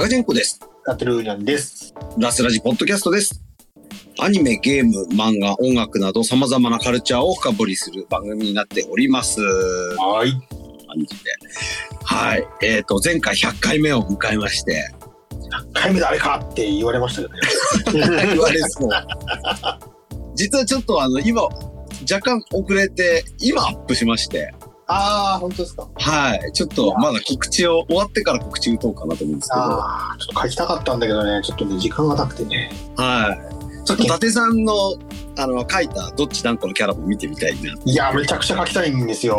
タカジェンコです。 カトルーニャンです。 ラスラジポッドキャストです。アニメ、ゲーム、漫画、音楽など様々なカルチャーを深掘りする番組になっております。 はい。 感じで。はい。前回100回目を迎えまして。 100回目であれかって言われましたけどね。 言われそう。実はちょっと今、若干遅れて、今アップしまして。 ああ、本当ですか。 はい。ちょっとまだ告知を、終わってから告知打とうかなと思うんですけど。 ああ、ちょっと書きたかったんだけどね、ちょっとね、時間がなくてね。 はい。ちょっと伊達さんの、書いたどっち断固のキャラも見てみたいな。 いや、めちゃくちゃ書きたいんですよ。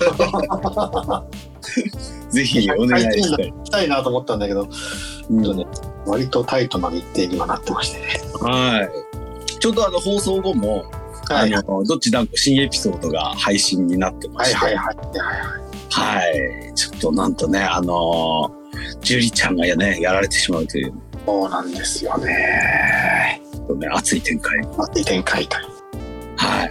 ぜひお願いしたい。 したいなと思ったんだけど、割とタイトな日程にはなってましてね。 はい。ちょうど放送後も、はい、どっち断固新エピソードが配信になってまして。はい。ちょっとなんとね、ジュリちゃんがね、やられてしまうという。 そうなんですよね。 熱い展開。 熱い展開と。 はい。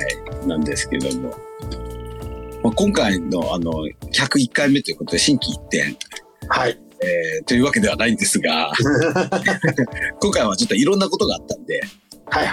なんですけども。今回の101回目ということで、心機一転。 はい。 というわけではないんですが、今回はちょっといろんなことがあったんで、 はい。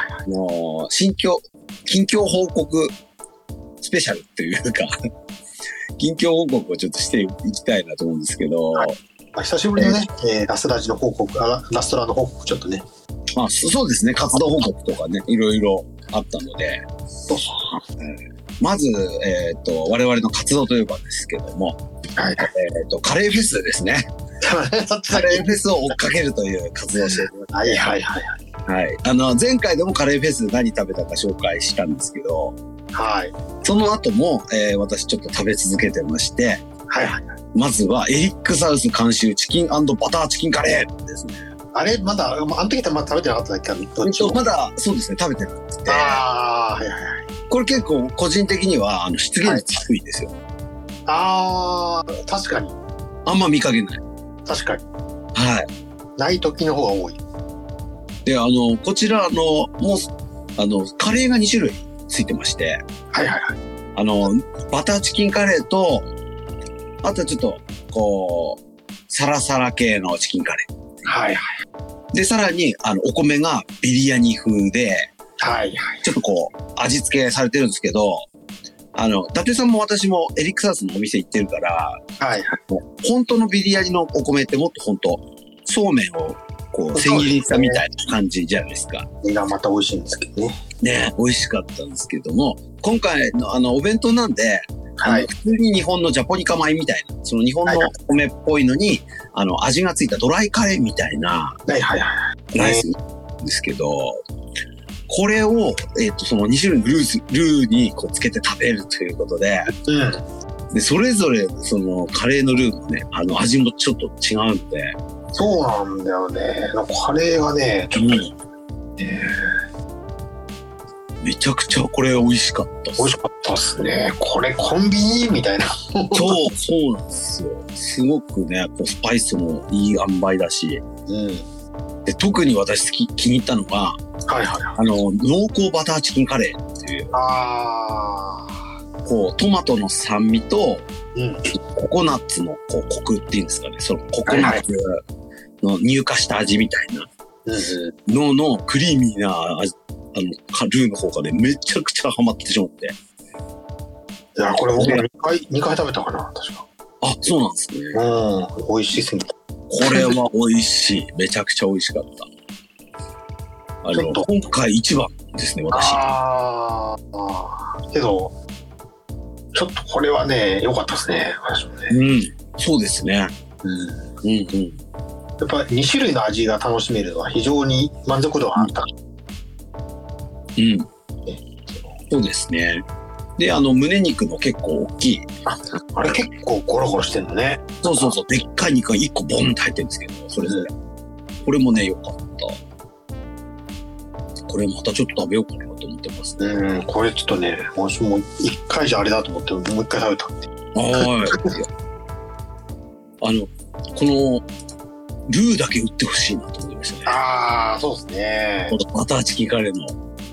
近況報告スペシャルというか、近況報告をちょっとしていきたいなと思うんですけど、はい、 久しぶりのね、ラスラジの報告、ラストラの報告ちょっとね。 そうですね、活動報告とかね、いろいろあったので、まず、我々の活動といえばですけども、はい、カレーフェスですね。カレーフェスを追っかけるという活動をしております。はい。前回でもカレーフェスで何食べたか紹介したんですけど、はい。その後も、私ちょっと食べ続けてまして、はい。まずはエリックサウス監修チキン&バターチキンカレーですね。あれまだ、あの時はまだ食べてなかっただっけ？まだ、そうですね、食べてなくて。これ結構個人的には出現率低いんですよ。 確かに。 あんま見かけない。 確かに。 はい。 ない時の方が多い。 で、こちらもう、カレーが2種類ついてまして。はい。バターチキンカレーと、あとちょっと、サラサラ系のチキンカレー。はい。で、さらに、お米がビリヤニ風で、ちょっと味付けされてるんですけど、伊達さんも私もエリックサウスのお店行ってるから、本当のビリヤニのお米ってもっと本当、そうめんを千切りにしたみたいな感じじゃないですか。 がまた美味しいんですけどね。 ね、美味しかったんですけども、今回のお弁当なんで、普通に日本のジャポニカ米みたいな、その日本の米っぽいのに、味がついたドライカレーみたいな、ライスなんですけど、これを、その2種類のルーにつけて食べるということで、で、それぞれ、その、カレーのルーもね、味もちょっと違うので。 そうなんだよね。カレーがね、ちょっと、 めちゃくちゃこれ美味しかったっす。 美味しかったっすね。これコンビニみたいな。 そうなんですよ。すごくね、スパイスもいい塩梅だし。で、特に私気に入ったのが、濃厚バターチキンカレーっていう。トマトの酸味と、ココナッツのコクっていうんですかね。そのココナッツの乳化した味みたいなのクリーミーなルーの方がね、めちゃくちゃハマってしまって。 いや、これ僕2回食べたかな、確か。 そうなんですね。 美味しすぎた。 これは美味しい。めちゃくちゃ美味しかった。今回一番ですね、私。 けど、ちょっとこれはね、良かったですね、私もね。 そうですね。やっぱ2種類の味が楽しめるのは非常に満足度があった。 そうですね。で、胸肉の結構大きい。 あれ結構ゴロゴロしてんのね。 そう。でっかい肉が1個ボンって入ってるんですけど、それぞれ。これもね、良かった。これまたちょっと食べようかなと思ってますね。 これちょっとね、私も1回じゃあれだと思ってもう1回食べたって。 この、ルーだけ売ってほしいなと思いましたね。 そうですね。 このバターチキンカレーの。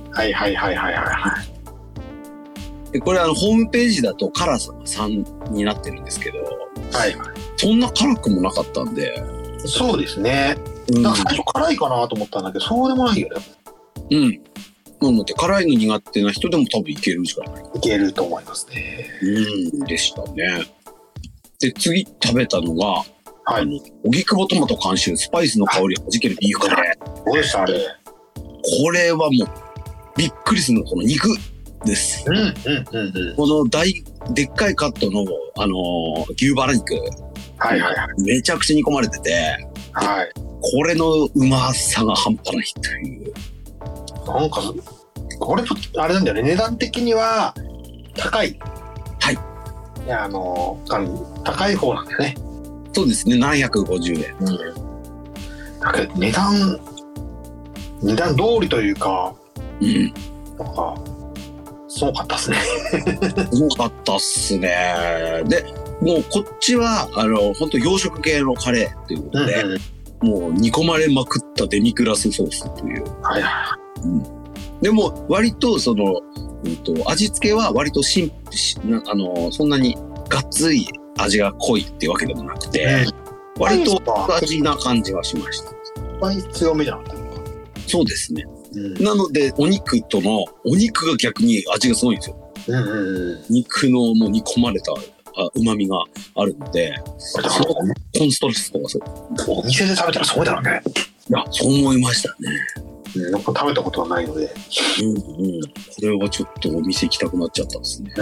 で、これホームページだと辛さが3になってるんですけど、そんな辛くもなかったんで、 そうですね。なんか最初辛いかなと思ったんだけど、そうでもないよね。 うん。なので、辛いの苦手な人でも多分いけるんじゃないか。 いけると思いますね。 でしたね。で、次食べたのが、 はい。 荻窪トマト監修、スパイスの香りを弾けるビーフカレー。 どうでしたあれ。 これはもう、びっくりするのこの肉です。このでっかいカットの、牛バラ肉。 はいはいはい。 めちゃくちゃ煮込まれてて、 はい。 これのうまさが半端ないという。 なんか、これ、あれなんだよね。値段的には、高い。 はい。 いや、高い方なんだよね。 そうですね、750円。 だけど、値段通りというか、なんか、すごかったっすね。 すごかったっすね。で、もうこっちは、本当洋食系のカレーということで、もう煮込まれまくったデミグラスソースという。 はいはい。 でも、割と、味付けは割とそんなにがっつり味が濃いっていうわけでもなくて、割と味な感じはしました。 強めじゃなかったのか。 そうですね。なので、お肉が逆に味がすごいんですよ。肉のもう煮込まれた旨味があるので、そのコンストレスとかそう。 お店で食べたらすごいだろうね。 いや、そう思いましたね。 なんか食べたことはないので。 これはちょっとお店行きたくなっちゃったんですね。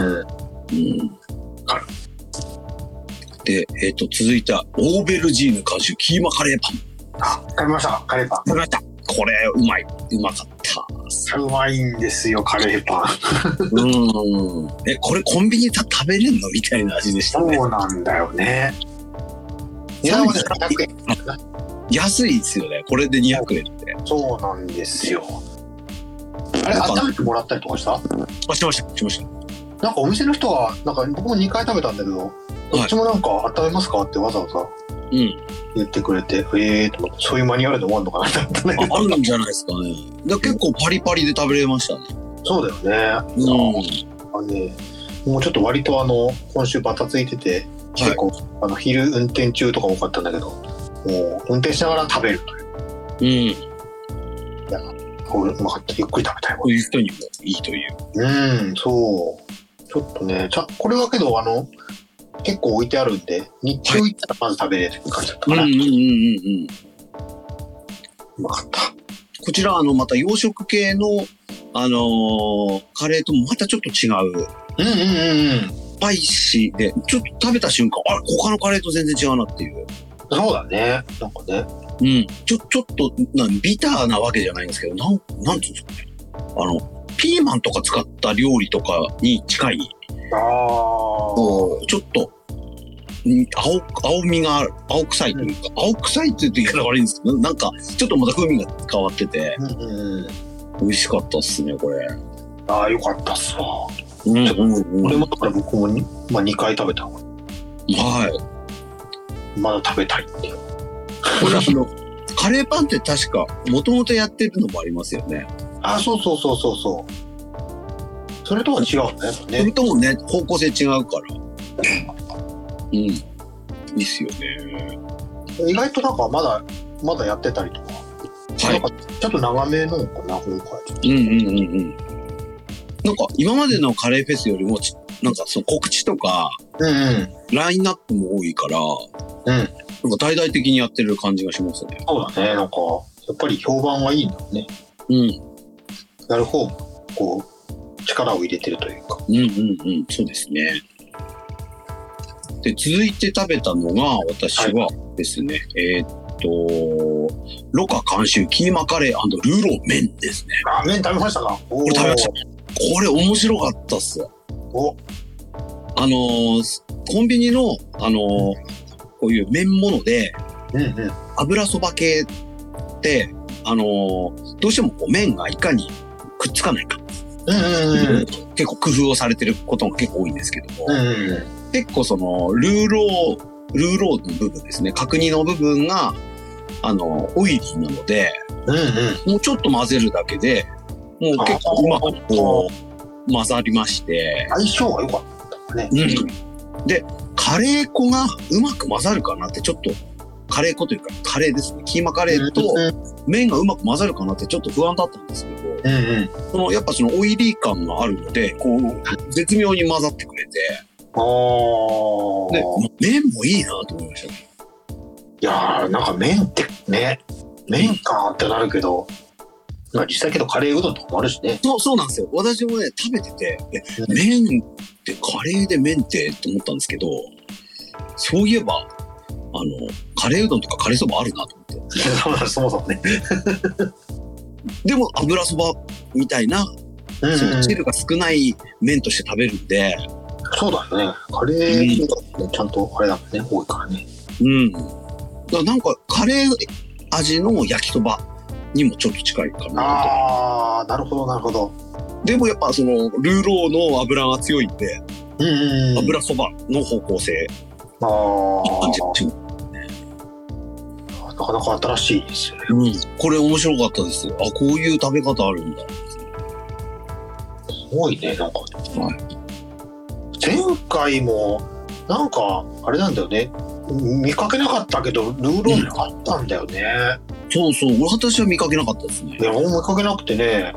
で、続いては、オーベルジーヌ監修キーマカレーパン。 食べました、カレーパン。 食べました。これ、うまかった。 うまいんですよ、カレーパン。これコンビニで食べれんのみたいな味でしたね。 そうなんだよね。値段はね、200円。 安いですよね。これで200円って。 そうなんですよ。あれ、温めてもらったりとかした？ しました。 なんかお店の人は、なんか僕も2回食べたんだけど、どっちもなんか温めますかってわざわざ言ってくれて、そういうマニュアルでもあるのかなって思ったね。 あるんじゃないですかね。結構パリパリで食べれましたね。 そうだよね。もうちょっと割と今週バタついてて、結構昼運転中とか多かったんだけど、もう運転しながら食べるという。いや、うまかった。ゆっくり食べたい。 こういう人にもいいという。 そう。ちょっとね、これはけど結構置いてあるんで、日中行ったらまず食べれる感じだったかな。うまかった。 こちらまた洋食系のカレーともまたちょっと違う。スパイシーで、ちょっと食べた瞬間、他のカレーと全然違うなっていう。 そうだね。なんかね。 ちょっとビターなわけじゃないんですけど、なんていうんですかね。ピーマンとか使った料理とかに近い。ちょっと、青みがある。青臭いというか、青臭いって言うと言い方悪いんですけど、なんか、ちょっとまた風味が変わってて、美味しかったっすね、これ。 よかったっすわ。これもだから僕も2回食べた。まだ食べたいっていう。これカレーパンって確か、もともとやってるのもありますよね。 そう。それとは違うね。 それともね、方向性違うから。いいっすよね。 意外となんかまだやってたりとか。なんかちょっと長めのかな、今回。 なんか今までのカレーフェスよりもなんかその告知とか、ラインナップも多いから、なんか大々的にやってる感じがしますね。 そうだね。なんかやっぱり評判がいいんだよね。やる方もこう力を入れてるというか。 そうですね。で、続いて食べたのが私はですね、ロカ監修キーマカレー&ルーロー麺ですね。 麺食べましたか？ これ食べました。これ面白かったっす。コンビニのこういう麺物で、油そば系ってどうしてもこう麺がいかにくっつかないか、結構工夫をされてることが結構多いんですけども、結構そのルーローの部分ですね、角煮の部分がオイリーなので、もうちょっと混ぜるだけでもう結構うまくこう混ざりまして、 相性が良かったね。 でカレー粉がうまく混ざるかなってちょっとカレー粉というか、カレーですね。キーマカレーと麺がうまく混ざるかなってちょっと不安だったんですけど、やっぱそのオイリー感があるので、こう、絶妙に混ざってくれて、で、麺もいいなと思いましたね。 いやー、なんか麺ってね、麺かってなるけど、まあ実際けどカレーうどんとかもあるしね。 そうなんですよ。私もね、食べてて、麺ってカレーで麺ってと思ったんですけど、そういえば、カレーうどんとかカレーそばあるなと思って。 そもそもね。 でも油そばみたいな、その汁が少ない麺として食べるんで。 そうだよね。カレーがちゃんとあれだもんね、多いからね。 なんかカレー味の焼きそばにもちょっと近いかなと。 ああ、なるほどなるほど。 でもやっぱそのルーローの油が強いんで、油そばの方向性。 なかなか新しいですよね。 これ面白かったです。こういう食べ方あるんだ。 すごいね、なんか。前回もなんかあれなんだよね。見かけなかったけどルーローにあったんだよね。 そうそう、私は見かけなかったですね。 いや、僕も見かけなくてね。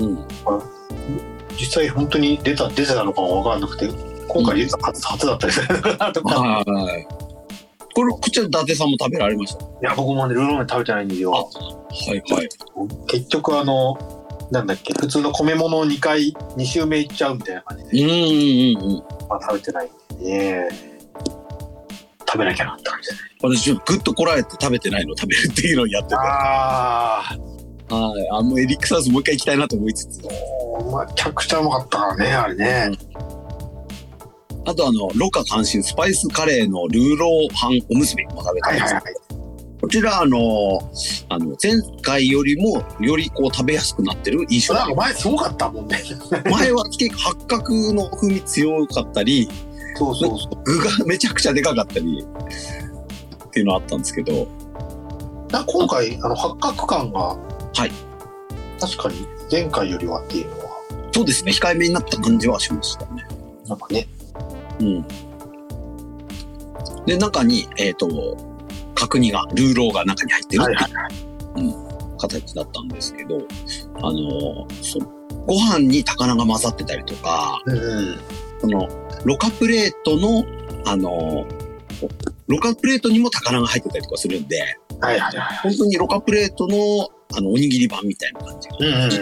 実際本当に出てたのかも分からなくて、今回実は初だったりするとか。 こちら伊達さんも食べられました？いや、僕もね、ルーロー麺食べてないんですよ。結局なんだっけ、普通の米物を2周目いっちゃうみたいな感じで。食べてないんでね。食べなきゃなって感じですね。 私、ぐっとこらえて食べてないのを食べるっていうのをやってて。もうエリックサウスもう一回行きたいなと思いつつ。 めちゃくちゃうまかったからね、あれね。 あとロカ監修スパイスカレーのルーローハンおむすびも食べたんですけど、こちら前回よりもよりこう食べやすくなってる印象が。 前すごかったもんね。 前は結構八角の風味強かったり、具がめちゃくちゃでかかったりっていうのあったんですけど、 今回八角感が確かに前回よりはっていうのはそうですね、控えめになった感じはしましたね。 なんかね。 で、中に角煮がルーローが中に入ってるっていう形だったんですけど、ご飯に高菜が混ざってたりとか、そのロカプレートのロカプレートにも高菜が入ってたりとかするんで、本当にロカプレートのおにぎり版みたいな感じが、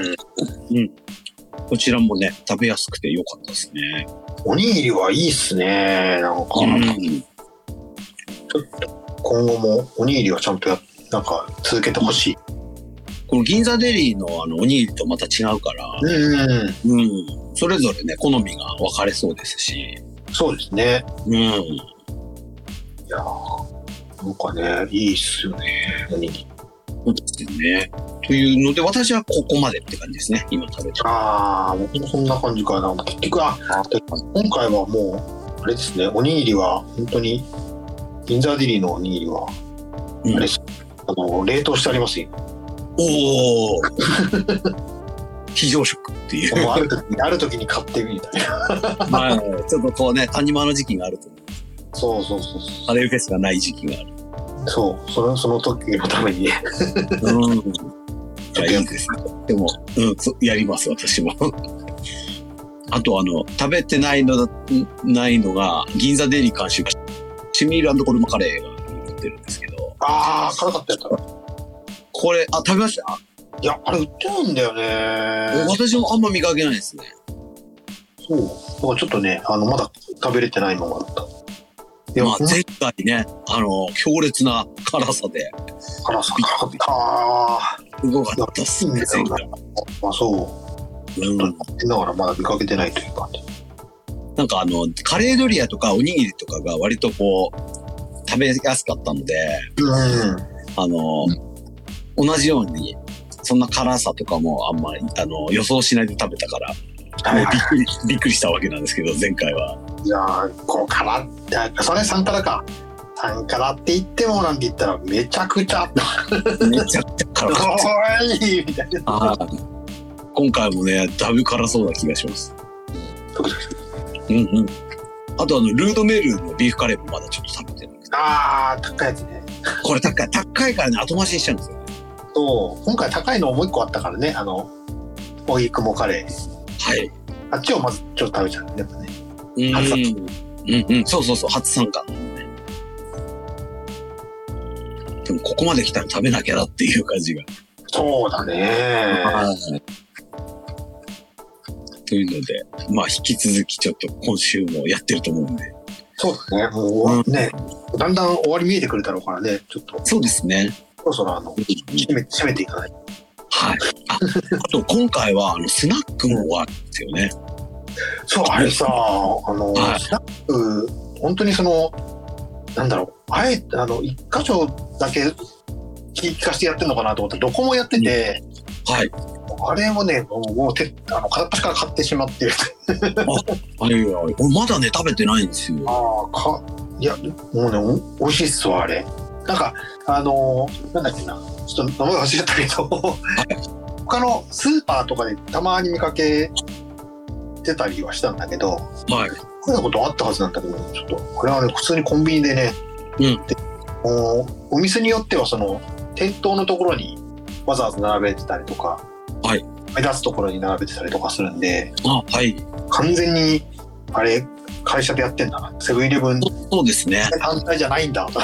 こちらもね食べやすくて良かったですね。 おにぎりはいいっすね。なんか、ちょっと今後もおにぎりはちゃんとなんか続けてほしい。 この銀座デリーのおにぎりとまた違うから、それぞれね好みが分かれそうですし。 そうですね。いやなんかね、いいっすよね、おにぎり。 そうですね。というので私はここまでって感じですね、今食べてる。 僕もそんな感じかな。結局今回はもうあれですね、おにぎりは本当に銀座デリーのおにぎりは、あれ冷凍してありますよ。非常食っていう。 ある時に買ってみたいな。 ちょっとこうね、谷間の時期があると思う。 そう。 カレーフェスがない時期がある。 その時のためにね。 いいですね。でも、やります、私も。あと、食べてないのが、銀座デリー監修、シミール&コルマカレーが売ってるんですけど。 辛かったやつ。 これ、食べました？ いや、あれ売ってるんだよね。 私もあんま見かけないですね。 そう。ちょっとね、まだ食べれてないのがあった。 前回ね、強烈な辛さで。 辛さかった。 すごかったっすね、前回。 そう。ちょっとだからまだ見かけてないという感じ。 なんかカレードリアとかおにぎりとかが割とこう、食べやすかったので、同じように、そんな辛さとかもあんまり、予想しないで食べたから、びっくりしたわけなんですけど、前回は。 いやー、こう辛って、それ3辛か。3辛って言ってもなんて言ったらめちゃくちゃめちゃくちゃ辛かった。 みたいな。 今回もね、だいぶ辛そうな気がします。あとルードメルのビーフカレーもまだちょっと食べてるんです。 高いやつね。 これ高いからね、後回しにしちゃうんですよ。 そう、今回高いのもう一個あったからね、荻窪カレー。 はい。 あっちをまずちょっと食べちゃうね、やっぱね。 そう、初参加。でもここまで来たら食べなきゃだっていう感じが。 そうだね。 というので、まあ引き続きちょっと今週もやってると思うんで。 そうだね。もうね、だんだん終わり見えてくるだろうからね、ちょっと。 そうですね。 そろそろ締めていかない。 はい。あと今回はスナックも終わるんですよね。 そう、あれさ、スナック、本当になんだろう、あえて一箇所だけ聞かせてやってるのかなと思ってどこもやってて、 はい。 あれもね、もう片っ端から買ってしまってる。 俺まだね食べてないんですよ。 いやもうね美味しいっすわあれ。なんかなんだっけな、ちょっと名前忘れちゃったけど、他のスーパーとかでたまに見かけてたりはしたんだけど、はい。こんなことあったはずなんだけど、ちょっとこれはね普通にコンビニでね、でお店によっては店頭のところにわざわざ並べてたりとか、はい、目立つところに並べてたりとかするんで、はい、完全にあれ会社でやってんだな、セブンイレブンそうですね単体じゃないんだとか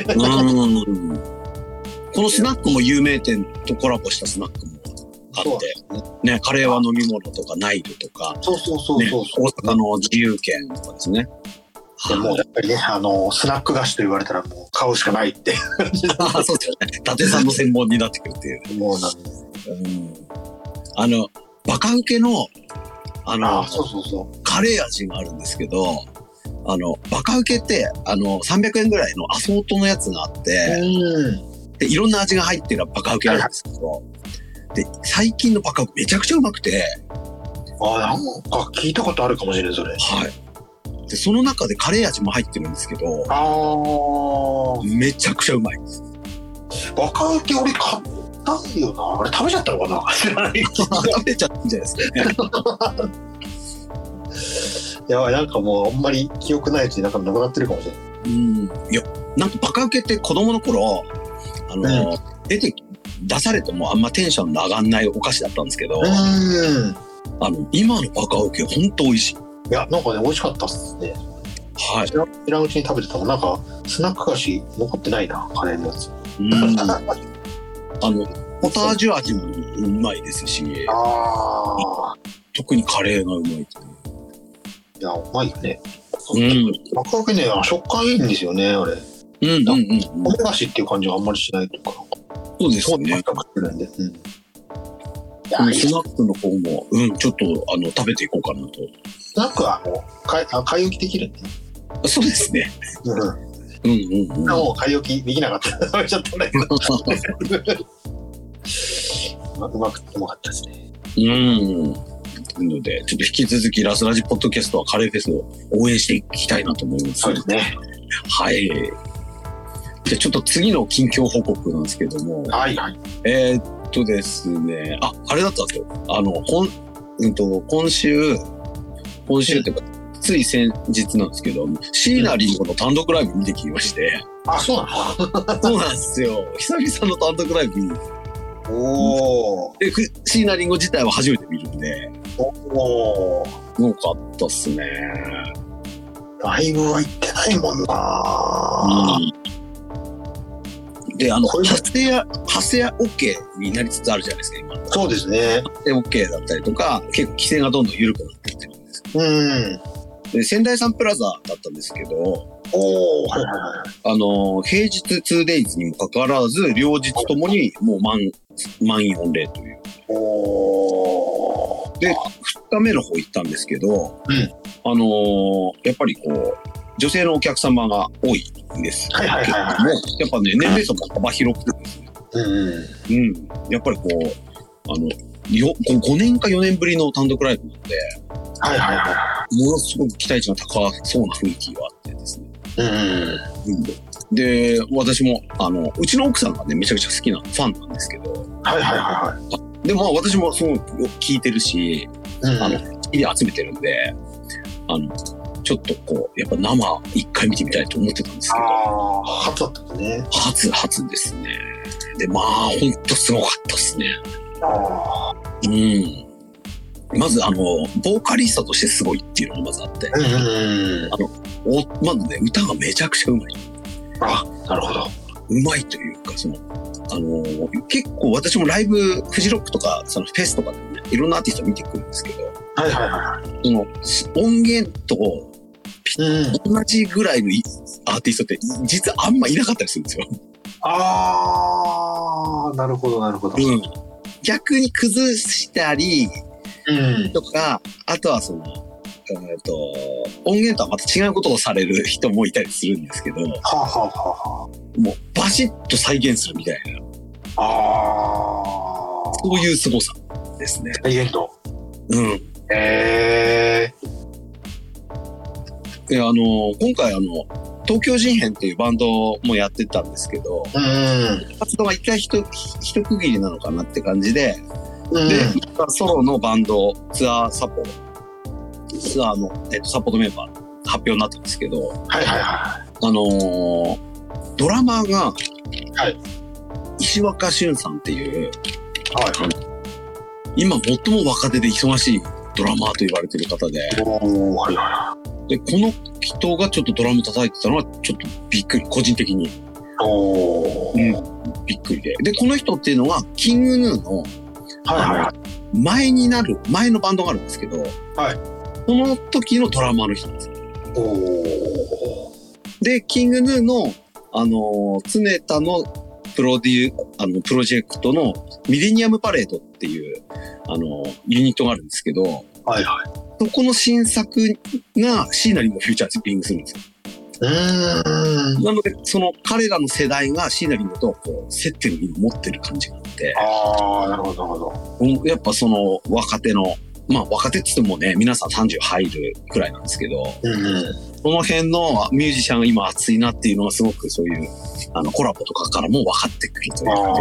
このスナックも有名店とコラボしたスナックもあってね、カレーは飲み物とかナイルとか、そう、大阪の自由軒とかですね。 でもやっぱりね、スナック菓子と言われたらもう買うしかないってそうですよね。伊達さんの専門になってくるっていう。 もうなんです。 バカウケのそうカレー味があるんですけど、バカウケって300円ぐらいのアソートのやつがあって、でいろんな味が入ってるバカウケあるんですけど、で最近のバカウケめちゃくちゃうまくて、 なんか聞いたことあるかもしれないそれ。はい。 でその中でカレー味も入ってるんですけど、めちゃくちゃうまいです。 バカウケ俺買ったんよな。あれ食べちゃったのかな。知らない。 食べちゃったんじゃないですかね。 やばい、なんかもうあんまり記憶ないうちになんかなくなってるかもしれない。 いや、なんかバカウケって子供の頃出されてもあんまテンションの上がんないお菓子だったんですけど、今のバカウケほんと美味しい。 いや、なんかね美味しかったっすね。はい。知らんうちに食べてたもん。なんかスナック菓子残ってないな、カレーのやつ。 ポタージュ味もうまいですし、特にカレーがうまいっていう。 いや、うまいよね。バカウケね、食感いいんですよね、あれ。米菓子っていう感じがあんまりしないというか。 そうですね。スナックの方も、ちょっと食べていこうかなと。 スナックは買い置きできるんで。 そうですね。 もう買い置きできなかった。食べちゃったね。うまかったですね。 なので、ちょっと引き続きラスラジポッドキャストはカレーフェスを応援していきたいなと思います。 そうですね。 はい。じゃあちょっと次の近況報告なんですけども。 はい。 ですね。あれだったんですよ。今週っていうか、つい先日なんですけど、椎名林檎の単独ライブ見てきまして。 そうなの？ そうなんですよ。久々の単独ライブに。で、椎名林檎自体は初めて見るんで。よかったっすね。 ライブは行ってないもんな。 で、発声や OK になりつつあるじゃないですか、今。 そうですね。 発声 OK だったりとか、結構規制がどんどん緩くなってきてるんです。で、仙台サンプラザだったんですけど、平日 2days にもかかわらず、両日ともにもう満員御礼という。で、2日目の方行ったんですけど、やっぱり女性のお客様が多いんです。やっぱね、年齢層も幅広くてですね。やっぱり5年か4年ぶりの単独ライブなので、ものすごく期待値が高そうな雰囲気があってですね。で、私も、うちの奥さんがね、めちゃくちゃ好きなファンなんですけど、でも私もすごく聞いてるし、集めてるんで、 ちょっとこう、やっぱ生一回見てみたいと思ってたんですけど。 ああ、初だったんですね。 初ですね。で、まあ、ほんとすごかったですね。 ああ。 うん。まず、ボーカリストとしてすごいっていうのがまずあって。まずね、歌がめちゃくちゃうまい。 あ、なるほど。 うまいというか、結構私もライブ、フジロックとか、フェスとかでもね、いろんなアーティスト見てくるんですけど、 はいはいはい。 音源と同じぐらいのアーティストって実はあんまいなかったりするんですよ。 ああ、なるほどなるほど。 逆に崩したりとか、あとは音源とはまた違うことをされる人もいたりするんですけど、もうバシッと再現するみたいな。そういう凄さですね。 再現度。 で、今回東京事変っていうバンドもやってたんですけど、活動が一回一区切りなのかなって感じで、で、ソロのバンドツアーの、サポートメンバー発表になったんですけど、ドラマーが、石若俊さんっていう、今最も若手で忙しいドラマーと言われてる方で、で、この人がちょっとドラム叩いてたのはちょっとびっくり、個人的に。びっくりで。で、この人っていうのは、キングヌーの、前のバンドがあるんですけど、その時のドラマーの人なんですよ。で、キングヌーの、常田のプロジェクトのミレニアムパレードっていう、ユニットがあるんですけど、そこの新作が椎名林檎フューチャーリングするんですよ。なので、彼らの世代が椎名林檎とこう接点を今持ってる感じがあって。 なるほど、なるほど。 やっぱ若手の、まあ若手って言ってもね、皆さん30入るくらいなんですけど、その辺のミュージシャンが今熱いなっていうのがすごくそういう、コラボとかからも分かってくるというか、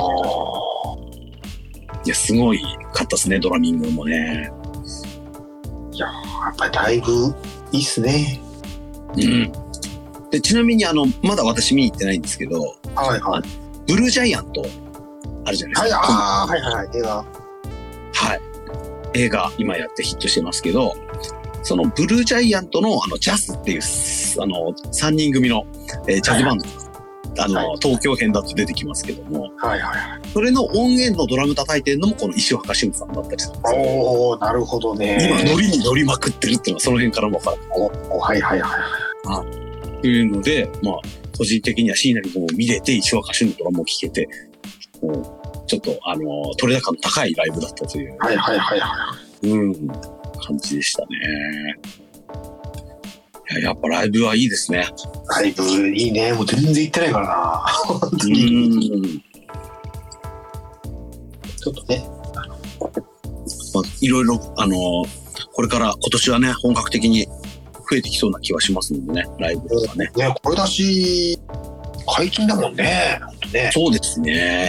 いや、すごいかったですね、ドラミングもね。 いや、やっぱりだいぶいいっすね。 で、ちなみにまだ私見に行ってないんですけど、ブルージャイアントあるじゃないですか。映画今やってヒットしてますけど、そのブルージャイアントのジャスっていう3人組の、ジャズバンド、東京編だと出てきますけども、それの音源のドラム叩いてるのもこの石若俊さんだったりするんですよ。 なるほどね。 今ノリに乗りまくってるっていうのはその辺からも分かる。というので、まあ個人的には椎名林檎も見れて石若俊のドラムも聴けて、ちょっと取れ高の高いライブだったという、感じでしたね。やっぱライブはいいですね。 ライブいいね。もう全然行ってないからな。本当に。ちょっとね。 いろいろこれから今年はね本格的に増えてきそうな気はしますのでね、ライブとかね。 これだし解禁だもんね。 そうですね。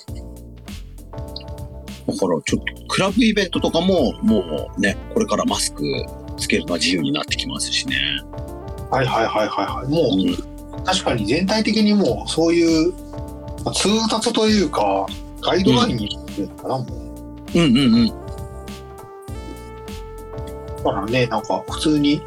だからちょっとクラブイベントとかももうね、これからマスクつけるのは自由になってきますしね。 もう、確かに全体的にもうそういう通達というかガイドラインにしてるかな、もう。だからね、なんか普通に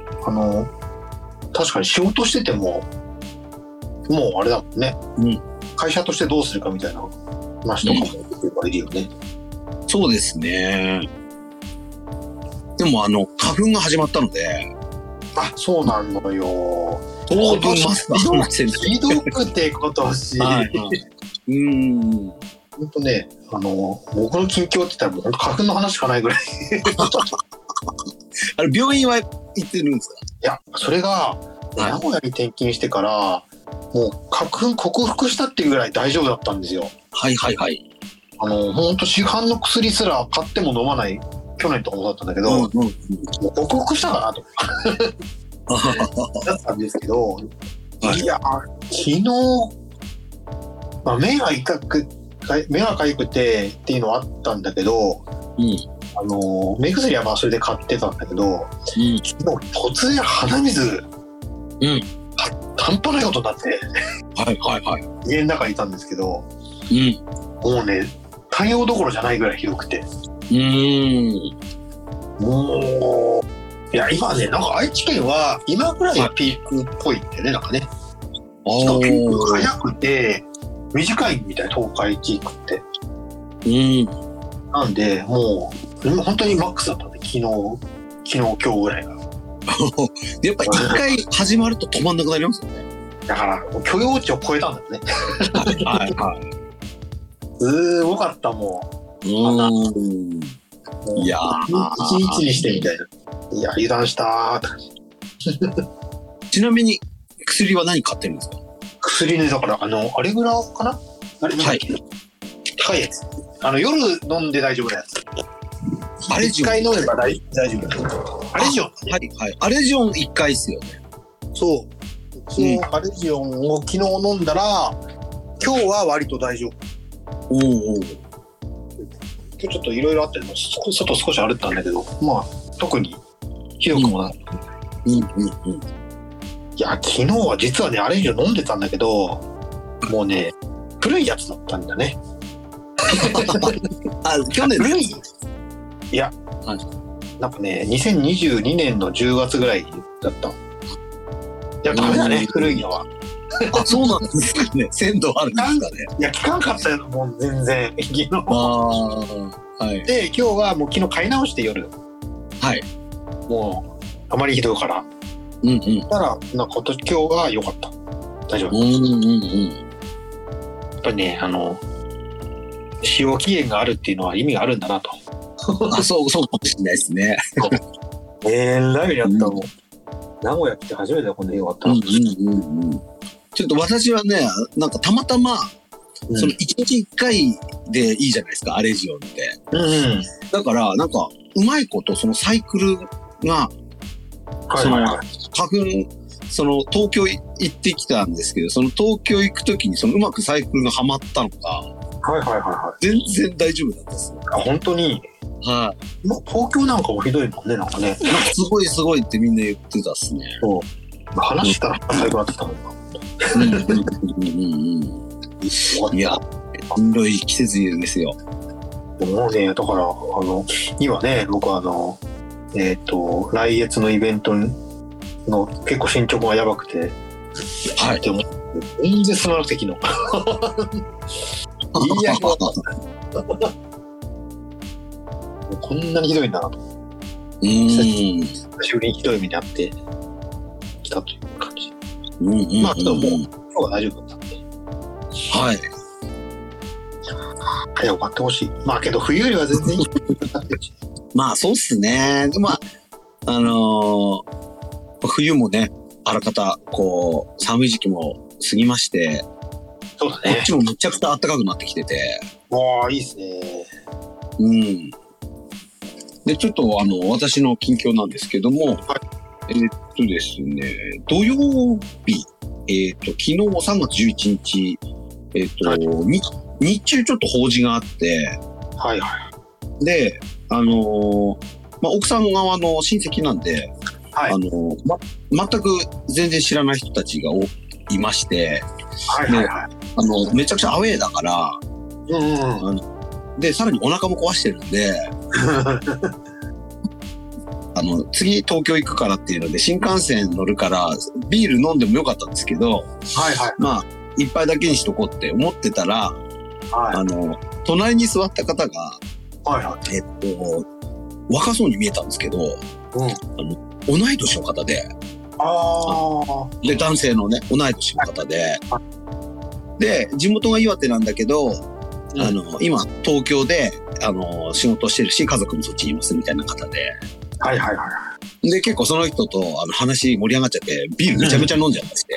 確かに仕事しててももうあれだもんね、会社としてどうするかみたいな話とかも言われるよね。 そうですね。でも花粉が始まったので。 そうなのよ。 当分マスクひどくて今年。本当ね、僕の近況って言ったらもう本当花粉の話しかないぐらい。 病院は行ってるんですか？ いや、それが名古屋に転勤してからもう花粉克服したっていうぐらい大丈夫だったんですよ。本当市販の薬すら買っても飲まない去年とかもだったんだけど、もう克服したかなとだったんですけど、いや昨日、目がかゆくてっていうのはあったんだけど、 目薬はまあそれで買ってたんだけど、もう突然鼻水、半端ないことになって、家の中にいたんですけど、もうね、対応どころじゃないぐらいひどくて。もう、いや、今ね、なんか愛知県は今ぐらいピークっぽいってね、なんかね。しかもピークが早くて、短いみたいな、東海ピークって。なんで、もう本当にマックスだったんで、昨日、今日ぐらいが。 やっぱ一回始まると止まんなくなりますよね。 だから、許容値を超えたんだよね。すごかった、もう。 いや一日にしてみたいな。いや、油断したーって。 ちなみに、薬は何買ってるんですか？ 薬ね、だから、アレグラかな？あれ、高いやつ。夜飲んで大丈夫なやつ。 アレジオン。 1回飲めば大丈夫。アレジオン。 アレジオン1回っすよね。 そう。アレジオンを昨日飲んだら、今日は割と大丈夫。今日ちょっといろいろあって、外少し歩ったんだけど、まあ、特にひどくもない。いや、昨日は実はね、アレジオン飲んでたんだけど、もうね、古いやつだったんだね。 去年古い？いや、なんかね、2022年の10月ぐらいだった。いや、ダメだね、古いのは。 そうなんですかね。鮮度あるんですかね。 いや、聞かんかったよ、もう全然。昨日。で、今日はもう昨日買い直して夜。もう、あまりひどいから。たら、なんか今日は良かった。大丈夫。やっぱりね、使用期限があるっていうのは意味があるんだなと。 そうかもしれないですね。 ライブやったもん。名古屋来て初めてこんなに良かった。 ちょっと私はね、なんかたまたま、その1日1回でいいじゃないですか、アレジオンって。だから、なんか、うまいことそのサイクルが、その花粉、その東京行ってきたんですけど、その東京行くときにそのうまくサイクルがはまったのか、全然大丈夫だったですね。 本当に。もう東京なんかもひどいもんね、なんかね。 すごいってみんな言ってたっすね。 そう。話したら最高だったもんな。 いや、しんどい季節ですよ。 もうね、だから、今ね、僕は来月のイベントの結構進捗がやばくて、でも全然進まなくて昨日。いや、こんなにひどいんだなと。久しぶりにひどい目にあってきたという感じ。まあ、けどもう今日は大丈夫だったんで。早く終わってほしい。まあけど冬よりは全然いい。 まあそうっすね。でも冬もね、あらかたこう寒い時期も過ぎまして、 そうだね。 こっちもめちゃくちゃ暖かくなってきてて。 いいですね。 でちょっと私の近況なんですけども、ですね、土曜日、昨日3月11日、日中ちょっと法事があって、で、奥さん側の親戚なんで、全く全然知らない人たちがいまして、めちゃくちゃアウェーだから、で、さらにお腹も壊してるんで、次東京行くからっていうので、新幹線乗るから、ビール飲んでもよかったんですけど、まあ、一杯だけにしとこうって思ってたら、隣に座った方が、若そうに見えたんですけど、同い年の方で、で、男性のね、同い年の方で、で、地元が岩手なんだけど、今、東京で、仕事してるし、家族もそっちにいますみたいな方で、で、結構その人と話盛り上がっちゃって、ビールめちゃめちゃ飲んじゃいまして。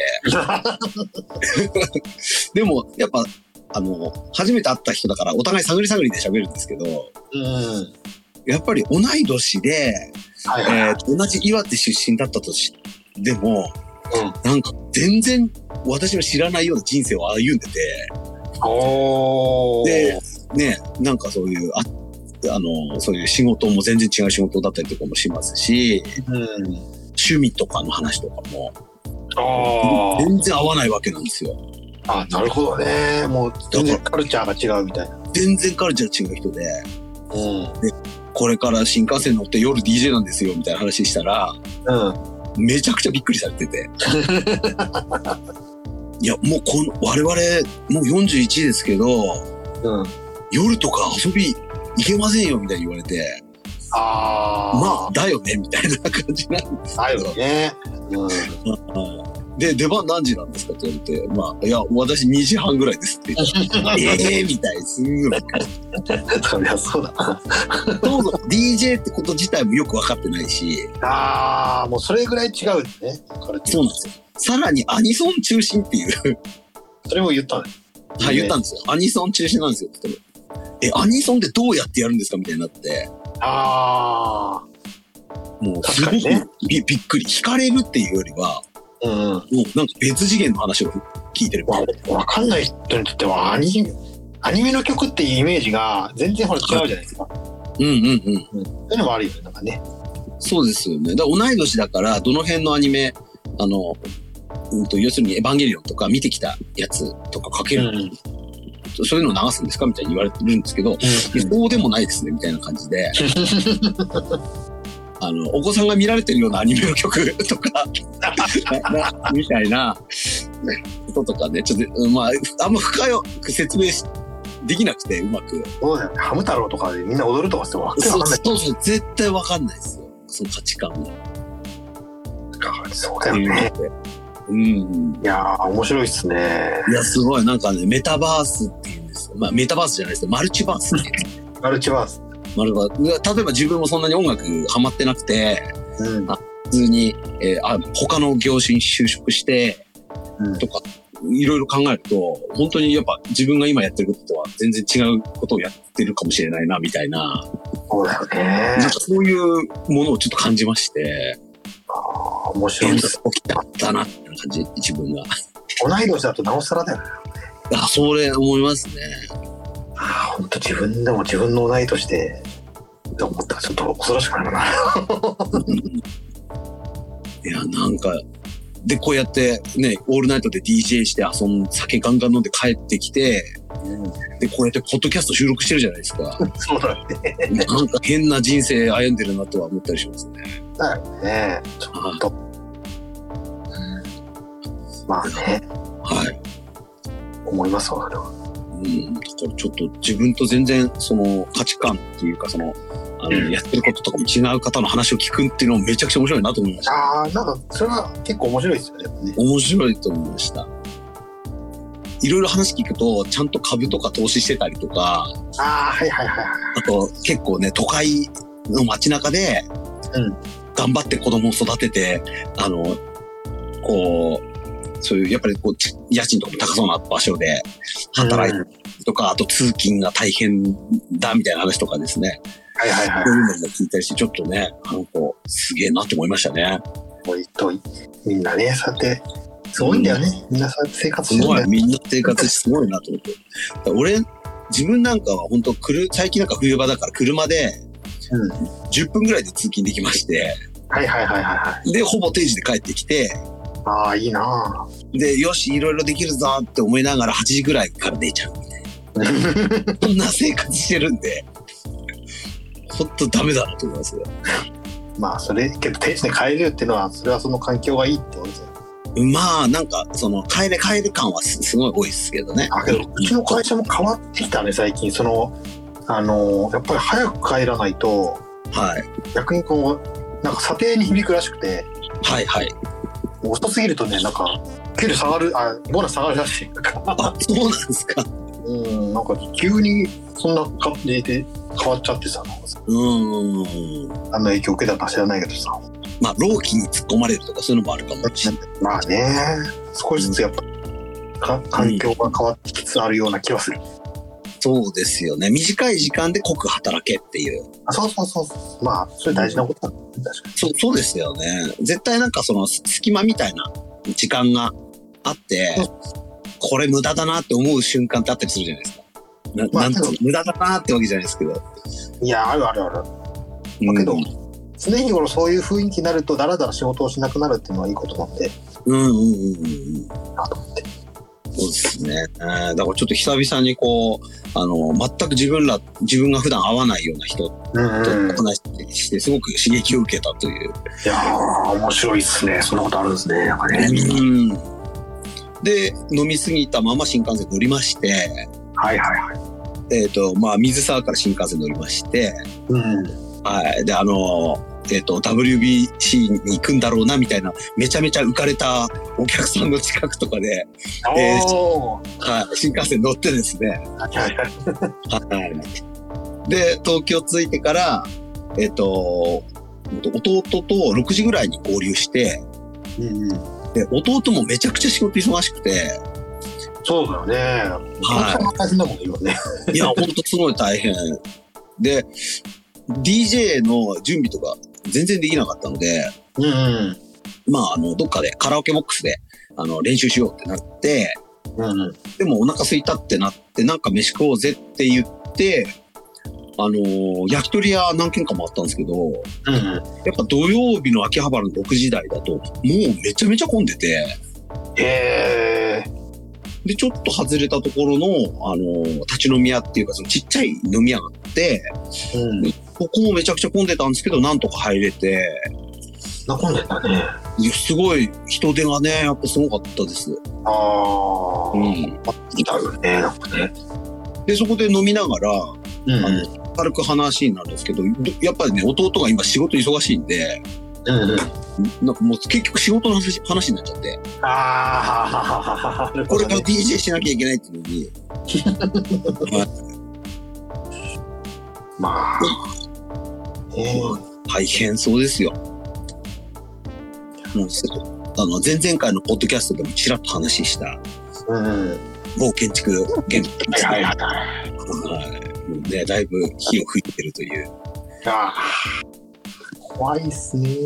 でも、やっぱ、初めて会った人だから、お互い探り探りで喋るんですけど、やっぱり同い年で、同じ岩手出身だったとしても、なんか全然私の知らないような人生を歩んでて、で、ね、なんかそういう、 そういう仕事も全然違う仕事だったりとかもしますし、趣味とかの話とかも、全然合わないわけなんですよ。 なるほどね。もう全然カルチャーが違うみたいな。 全然カルチャー違う人で、で、これから新幹線乗って夜 DJ なんですよみたいな話したら、めちゃくちゃびっくりされてて。いや、もう我々、もう41ですけど、夜とか遊び行けませんよみたいに言われて、まあ、だよねみたいな感じなんですけど。だよね。で、出番何時なんですかって言われて、まあ、いや、私2時半ぐらいですって言ったら、みたいにすんごい。 そりゃそうだな。 そうそう、DJ ってこと自体もよく分かってないし。 もうそれぐらい違うんですね。 そうなんですよ。さらにアニソン中心っていう。 それも言ったね。 はい、言ったんですよ。アニソン中心なんですよって言ったら。アニソンってどうやってやるんですかみたいになって。もう、すごくびっくり。惹かれるっていうよりは、もうなんか別次元の話を聞いてる。 わかんない人にとってはアニメの曲っていうイメージが全然ほら違うじゃないですか。そういうのもあるよね、なんかね。そうですよね。 だから同い年だから、どの辺のアニメ、要するにエヴァンゲリオンとか見てきたやつとかかける、そういうの流すんですかみたいに言われてるんですけど、そうでもないですね、みたいな感じで。お子さんが見られてるようなアニメの曲とかみたいなこととかね、ちょっと、まあ、あんま深く説明できなくて、うまく。 そうだよね。ハム太郎とかでみんな踊るとかしてわけわかんない。 そう、絶対わかんないですよ。その価値観も。 そうだよね。いやー、面白いっすね。 いや、すごい。なんかね、メタバースっていうんですよ。まあ、メタバースじゃないですけど、マルチバースっていうんです。 マルチバース。 例えば自分もそんなに音楽ハマってなくて、普通に、他の業種に就職して、とか、いろいろ考えると、本当にやっぱ自分が今やってることとは全然違うことをやってるかもしれないな、みたいな。 そうだよね。 なんかそういうものをちょっと感じまして。 面白いです。 起きたったな、って感じ、自分が。 同い年だとなおさらだよね。 それ思いますね。 本当自分でも自分の同い年でって思ったらちょっと恐ろしくなるな。 いや、なんか、で、こうやってね、オールナイトで DJ して酒ガンガン飲んで帰ってきて、で、こうやってポッドキャスト収録してるじゃないですか。 そうだね。 なんか変な人生歩んでるなとは思ったりしますね。 だよね。ちょっと。まあね。思いますわ、あれは。 だからちょっと自分と全然その価値観っていうかやってることとかも違う方の話を聞くっていうのもめちゃくちゃ面白いなと思いました。 なんかそれは結構面白いですよね。 面白いと思いました。いろいろ話聞くとちゃんと株とか投資してたりとか、あと結構ね都会の街中で頑張って子供を育ててそういうやっぱり家賃とかも高そうな場所で働いてとか、あと通勤が大変だみたいな話とかですね。そういうのも聞いたりして、ちょっとね、すげえなって思いましたね。みんなね、そうやって、すごいんだよね。みんなそうやって生活してるんだよね。みんな生活すごいなと思って。自分なんかは本当最近なんか冬場だから車で、10分ぐらいで通勤できまして。で、ほぼ定時で帰ってきて、いいなぁ。で、よし、いろいろできるぞって思いながら8時ぐらいから寝ちゃうみたいな。そんな生活してるんで、ほんとダメだなと思いますよ。 まあ、けど定時で帰れるっていうのは、それはその環境がいいってことですよ。 まあ、なんか、帰れ感はすごい多いですけどね。 けど、うちの会社も変わってきたね、最近。やっぱり早く帰らないと、逆になんか査定に響くらしくて、遅すぎるとね、なんか、給料下がる、ボーナス下がるらしい。 そうなんですか。 なんか、急にそんな感じで変わっちゃってさ。あんな影響を受けたか知らないけどさ。 まあ、労基に突っ込まれるとかそういうのもあるかもしれない。 まあね、少しずつやっぱ、環境が変わってきつつあるような気がする。 そうですよね。短い時間で濃く働けっていう。 そう。まあ、それ大事なことだ、ね。確かに。 そうですよね。絶対なんか隙間みたいな時間があって、これ無駄だなって思う瞬間ってあったりするじゃないですか。なんと無駄だなってわけじゃないですけど、 いや、あるあるある。だけど、常日頃そういう雰囲気になると、だらだら仕事をしなくなるっていうのはいいことなんで。なと思って。 そうですね。だからちょっと久々にこう、全く自分が普段会わないような人と話して、すごく刺激を受けたという。 いやー、面白いっすね。そんなことあるんですね。なんかね。 で、飲み過ぎたまま新幹線乗りまして、 はいはいはい。 まあ、水沢から新幹線乗りまして、はい。で、WBC に行くんだろうな、みたいな、めちゃめちゃ浮かれたお客さんの近くとかで、はい、新幹線乗ってですね。はい。で、東京着いてから、弟と6時ぐらいに合流して、で、弟もめちゃくちゃ仕事忙しくて、 そうだよね。はい。大変だもんね、今ね。 いや、ほんとすごい大変。で、DJ の準備とか全然できなかったので、まあ、どっかでカラオケボックスで、練習しようってなって、でもお腹空いたってなって、なんか飯食おうぜって言って、焼き鳥屋何軒かもあったんですけど、やっぱ土曜日の秋葉原の6時台だと、もうめちゃめちゃ混んでて、で、ちょっと外れたところの、立ち飲み屋っていうか、そのちっちゃい飲み屋があって、ここもめちゃくちゃ混んでたんですけど、なんとか入れて。 混んでたね。 いや、すごい人手がね、やっぱすごかったです。 いたよね、なんかね。 で、そこで飲みながら、軽く話になるんですけど、やっぱりね、弟が今仕事忙しいんで、なんかもう結局仕事の話になっちゃって。これから DJ しなきゃいけないっていうのに。 まあ、 大変そうですよ。もう前々回のポッドキャストでもちらっと話した、某建築現場ですね。だいぶ火を吹いてるという。 怖いっすね。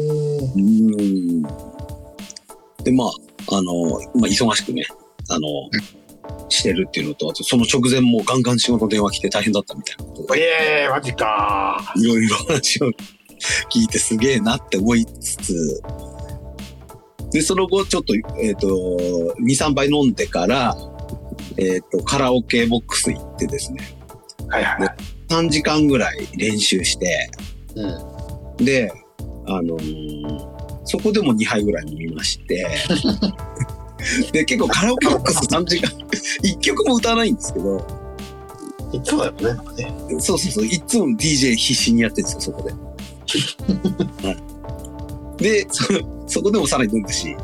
で、まあ、忙しくね、してるっていうのと、あとその直前もガンガン仕事電話来て大変だったみたいなことで。 マジか。 いろいろ話を聞いてすげえなって思いつつ、で、その後ちょっと、2、3杯飲んでから、カラオケボックス行ってですね。3時間ぐらい練習して、で、そこでも2杯ぐらい飲みまして、で、結構カラオケボックス3時間、1曲も歌わないんですけど、 いつもだよね。 そう、いつも DJ 必死にやってるんですよ、そこで。で、そこでもさらに飲むし、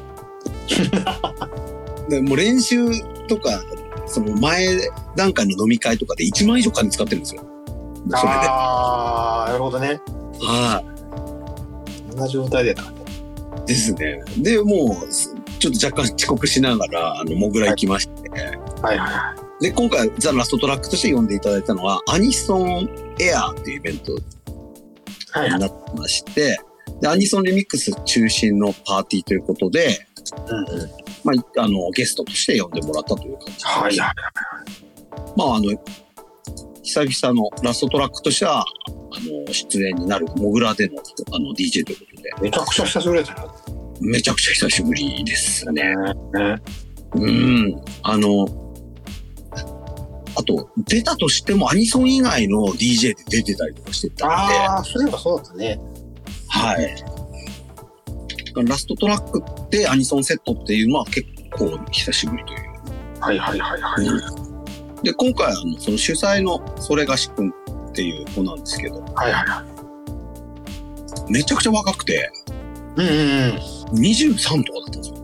でもう練習とか、その前段階の飲み会とかで1万以上金使ってるんですよ。 なるほどね。こんな状態でたね。 ですね。で、もう、ちょっと若干遅刻しながら、モグラ行きまして。で、今回、ザ・ラストトラックとして呼んでいただいたのは、アニソンエアーっていうイベントになってまして、で、アニソンリミックス中心のパーティーということで、まあ、ゲストとして呼んでもらったという感じです。まあ、久々のラストトラックとしては、出演になるモグラでの、DJ ということで。 めちゃくちゃ久しぶりだったな。 めちゃくちゃ久しぶりですね。あと、出たとしてもアニソン以外の DJ で出てたりとかしてたんで。 そういえばそうだったね。 ラストトラックってアニソンセットっていうのは結構久しぶりという。で、今回その主催のそれがしくんっていう子なんですけど。めちゃくちゃ若くて。23とかだったんですよ。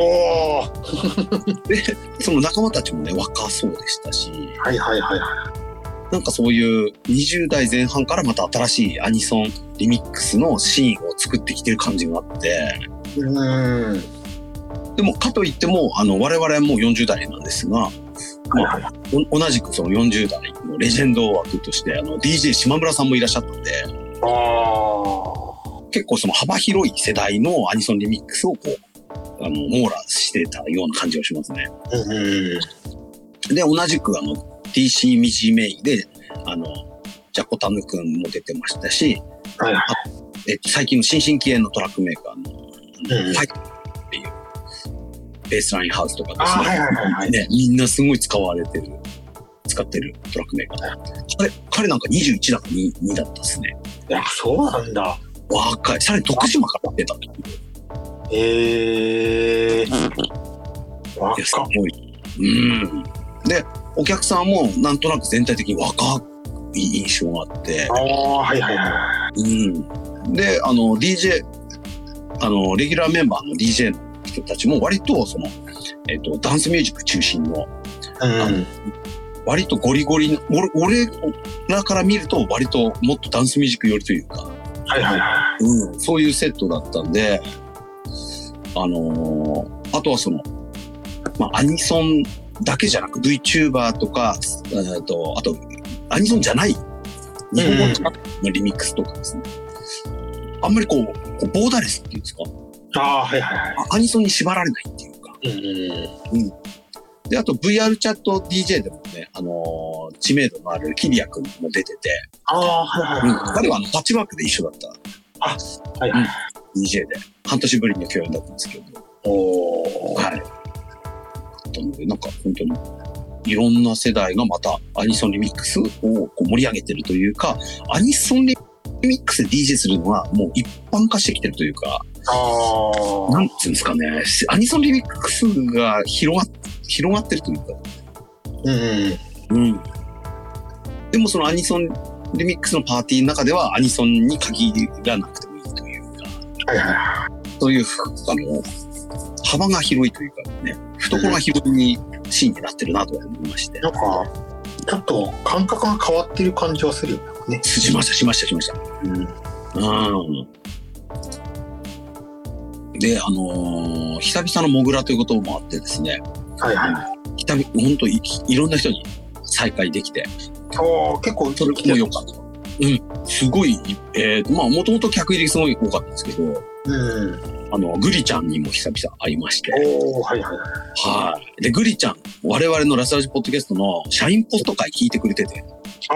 で、その仲間たちもね、若そうでしたし。なんかそういう20代前半からまた新しいアニソンリミックスのシーンを作ってきてる感じがあって。でもかといっても、我々もう40代なんですが、同じくその40代のレジェンド枠として、DJ 島村さんもいらっしゃったんで、結構その幅広い世代のアニソンリミックスをこう、網羅してたような感じがしますね。で、同じくTC みじめいで、 ジャコタヌくんも出てましたし、 はいはい。 最近の新進気鋭のトラックメーカーの、ファイトっていうベースラインハウスとかですね。 はいはいはいはい。 ね、みんなすごい使ってるトラックメーカー。彼なんか21だか2だったですね。 いや、そうなんだ。 若い。さらに徳島から出たという。 若っ。 すごい。で、お客さんもなんとなく全体的に若い印象があって。 はいはいはい。 で、DJ、レギュラーメンバーの DJ の人たちも割とダンスミュージック中心の、割とゴリゴリの、俺らから見ると割ともっとダンスミュージック寄りというか、 はいはいはい。 そういうセットだったんで、あとはアニソンだけじゃなく VTuber とか、あと、アニソンじゃない、日本語のリミックスとかですね。あんまりボーダーレスっていうんですか？ はいはいはい。 アニソンに縛られないっていうか。で、あと VR チャット DJ でもね、知名度のあるキリア君も出てて。 はいはいはい。 彼はパッチワークで一緒だった。 はいはい。 DJ で。半年ぶりの共演だったんですけど。はい。なんか本当にいろんな世代がまたアニソンリミックスを盛り上げてるというか、アニソンリミックスで DJ するのはもう一般化してきてるというか、なんつうんですかね、アニソンリミックスが広がってるというか、でもそのアニソンリミックスのパーティーの中ではアニソンに限らなくてもいいというか、そういう幅が広いというかね、懐が広いシーンになってるなと思いまして。 なんかちょっと感覚が変わってる感じはするよね。 しました。で、久々のモグラということもあってですね。本当いろんな人に再会できて。 結構それも良かった。すごい、もともと客入りすごい多かったんですけど、グリちゃんにも久々会いまして。で、グリちゃん、我々のラスラジポッドキャストの社員ポスト会聞いてくれてて。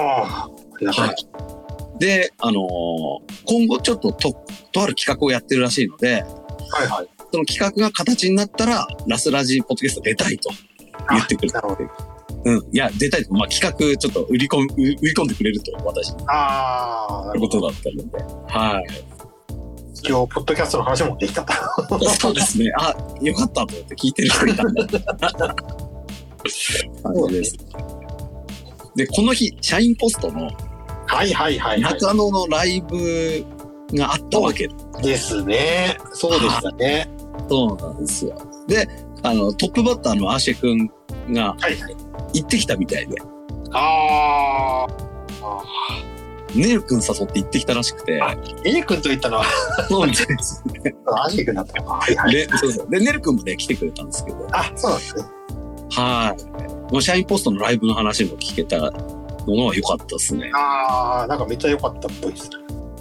で、今後ちょっととある企画をやってるらしいので、その企画が形になったら、ラスラジポッドキャスト出たいと言ってくれた。いや、出たいと、企画ちょっと売り込んでくれると、私に。ということだったので。 一応、ポッドキャストの話もできた。 そうですね。よかったと思って聞いてる人いたんだ。で、この日、社員ポストの、中野のライブがあったわけですね。そうでしたね。 そうなんですよ。で、トップバッターのアーシェ君が行ってきたみたいで。ネル君誘って行ってきたらしくて。 ネル君と言ったのはそうですね。 アーシェ君だったのか。 で、ネル君もね、来てくれたんですけど。 そうなんですね。 もう社員ポストのライブの話も聞けたのは良かったですね。 なんかめっちゃ良かったっぽいですね。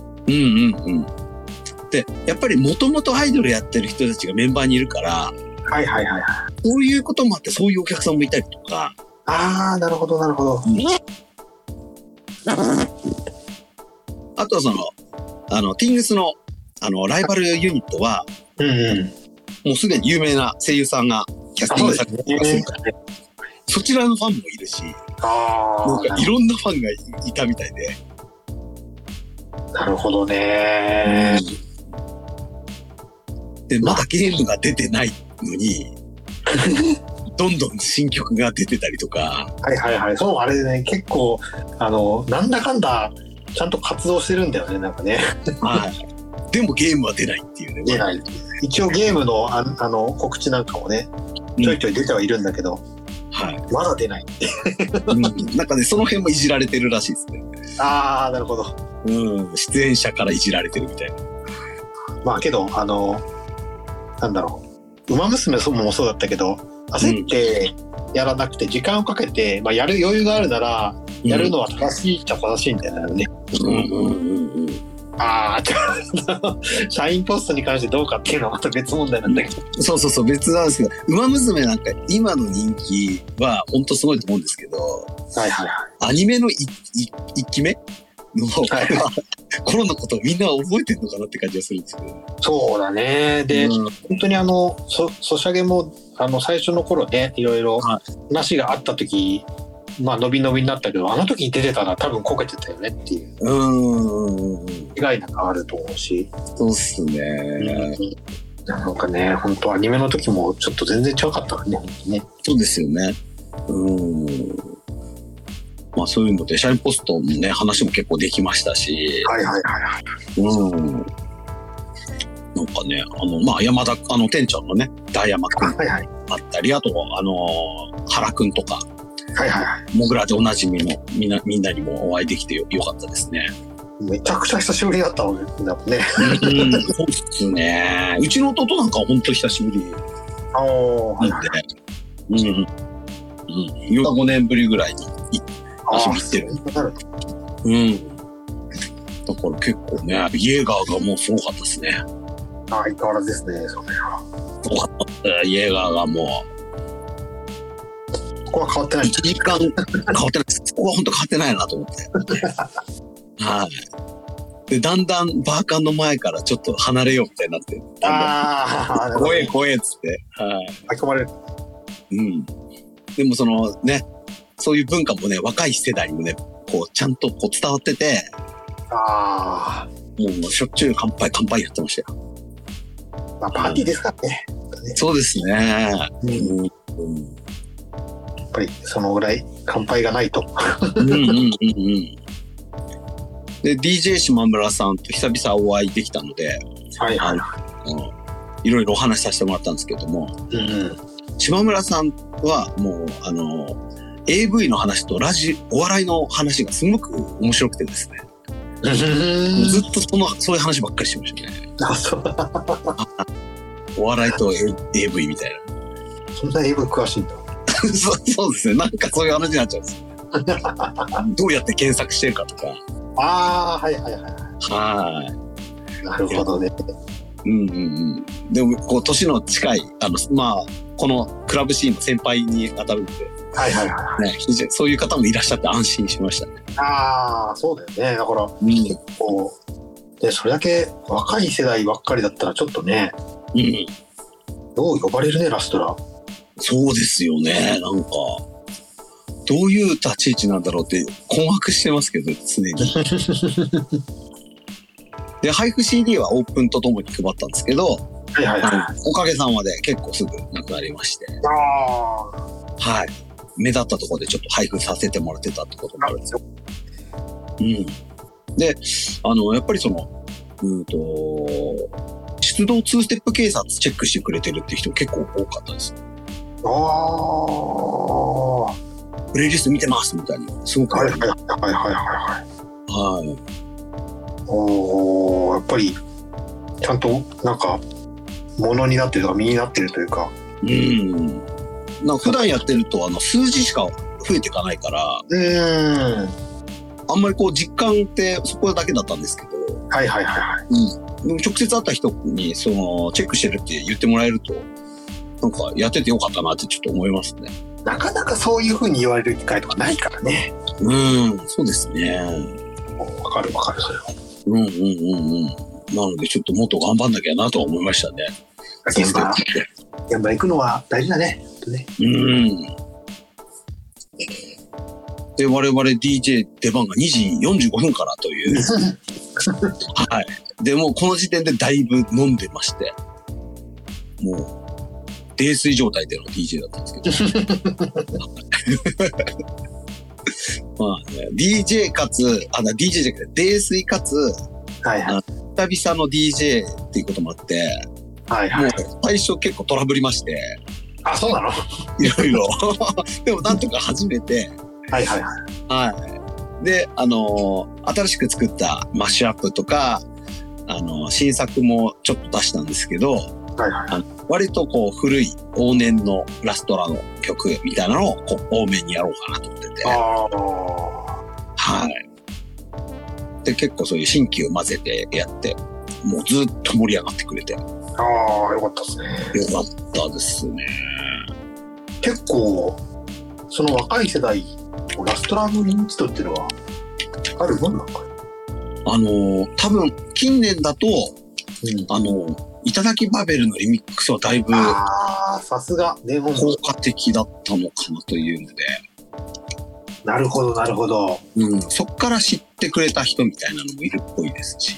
で、やっぱりもともとアイドルやってる人たちがメンバーにいるから、そういうこともあってそういうお客さんもいたりとか。 なるほど。 あとはティングスの、ライバルユニットは、もうすでに有名な声優さんがキャスティングされてますから、そちらのファンもいるし、なんかいろんなファンがいたみたいで。 なるほどね。 で、まだゲームが出てないのに、どんどん新曲が出てたりとか。 そう、あれね、結構、なんだかんだ、ちゃんと活動してるんだよね、なんかね。 でもゲームは出ないっていうね。 出ない。一応ゲームの、告知なんかもね、ちょいちょい出てはいるんだけど、まだ出ない。 なんかね、その辺もいじられてるらしいですね。 なるほど。 出演者からいじられてるみたいな。 けど、なんだろう。ウマ娘もそうだったけど、焦ってやらなくて時間をかけて、やる余裕があるなら、やるのは正しいっちゃ正しいんだよね。社員ポストに関してどうかっていうのはまた別問題なんだけど。 そう、別なんですけど、ウマ娘なんか今の人気は本当すごいと思うんですけど、アニメの1期目の、はい、頃のことをみんな覚えてるのかなって感じがするんですけど。 そうだね。で、本当にソシャゲも最初の頃ね、いろいろ話があった時、まあ伸び伸びになったけど、あの時に出てたら多分こけてたよねっていう。違いなんかあると思うし。 そうっすね。 なんかね、本当アニメの時もちょっと全然違かったからね、ね。 そうですよね。まあそういうので、シャインポストもね、話も結構できましたし。 はいはいはいはい。 なんかね、まあ山田、店長のね、大山くんあったり、あと、原くんとか。 はいはいはい。 モグラでおなじみのみんなにもお会いできてよかったですね。 めちゃくちゃ久しぶりだったもんね。 そうですね。うちの弟なんかは本当久しぶり。なんで、5年ぶりぐらいに遊び行ってる。だから結構ね、イエーガーがもうすごかったですね。 相変わらずですね、それは。 すごかった。イエーガーがもう。 ここは変わってない。 1時間変わってないです。ここは本当変わってないなと思って。はい。で、だんだんバーカンの前からちょっと離れようみたいになって。怖え怖えっつって。はい。 巻き込まれる。 でもそのね、そういう文化もね、若い世代にもね、こう、ちゃんとこう伝わってて。もうしょっちゅう乾杯やってましたよ。 まあ、パーティーですからね。 そうですね。 やっぱりそのぐらい乾杯がないと。 で DJ 島村さんと久々お会いできたので、いろいろお話しさせてもらったんですけども、島村さんはもうAV の話とお笑いの話がすごく面白くてですね、ずっとそういう話ばっかりしてましたね。お笑いと AV みたいな。 そんな AV 詳しいんだ。 そうですね。なんかそういう話になっちゃうんですよ。どうやって検索してるかとか。 はい。なるほどね。 でもこう年の近いまあこのクラブシーンの先輩に当たるんで、そういう方もいらっしゃって安心しましたね。 そうだよね。だから結構でそれだけ若い世代ばっかりだったらちょっとね、どう呼ばれるねラストラ。 そうですよね。なんかどういう立ち位置なんだろうって困惑してますけど常に。で配布 CD はオープンとともに配ったんですけど、おかげさまで結構すぐなくなりまして、目立ったところでちょっと配布させてもらってたってこともあるんですよ。でやっぱりその出動2ステップ警察チェックしてくれてるっていう人結構多かったです。プレイリスト見てますみたいにすごくやっぱりちゃんとなんか物になってるとか身になってるというか、 なんか普段やってると数字しか増えていかないから、あんまりこう実感ってそこだけだったんですけど、でも直接会った人にそのチェックしてるって言ってもらえるとなんかやっててよかったなってちょっと思いますね。 なかなかそういう風に言われる機会とかないからね。 そうですね。 わかるそれは。 なのでちょっともっと頑張んなきゃなとは思いましたね。 現場行くのは大事だね。 で我々 DJ 出番が2時45分からというでもうこの時点でだいぶ飲んでまして、もう泥酔状態での DJ だったんですけどまあね、DJ かつDJ じゃなくて泥酔かつ、久々の DJ っていうこともあって、もう最初結構トラブりまして、 そうなのいろいろでもなんとか始めて、で新しく作ったマッシュアップとか新作もちょっと出したんですけど、割とこう古い往年のラストラの曲みたいなのをこう多めにやろうかなと思ってて、で結構そういう新旧を混ぜてやってもうずっと盛り上がってくれて、よかったですね。 よかったですね。 結構その若い世代ラストラの認知度っていうのはあるもんなんか多分、近年だと、いただきバベルのリミックスはだいぶ、 さすが、 効果的だったのかなというので。 なるほど、なるほど。 そっから知ってくれた人みたいなのもいるっぽいですし。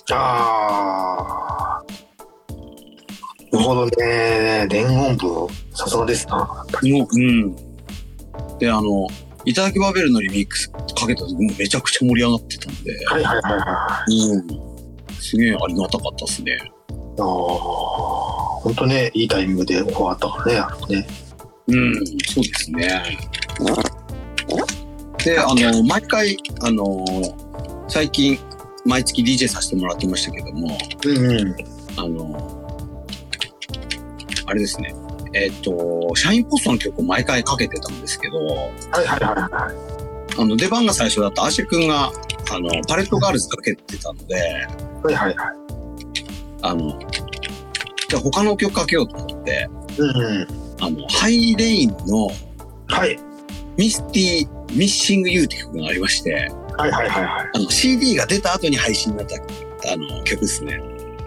なるほどね。伝言部、さすがですな。 で、いただきバベルのリミックスかけた時もめちゃくちゃ盛り上がってたんで。すげえありがたかったですね。 本当ね、いいタイミングでオファーあったからね、 そうですね。で、毎回、最近、毎月 DJ させてもらってましたけども、あれですね。シャインポストの曲を毎回かけてたんですけど、出番が最初だったアーシェ君が、パレットガールズかけてたので、じゃあ他の曲かけようと思って、ハイレインの、ミスティミッシングユーって曲がありまして、CD が出た後に配信になった曲ですね。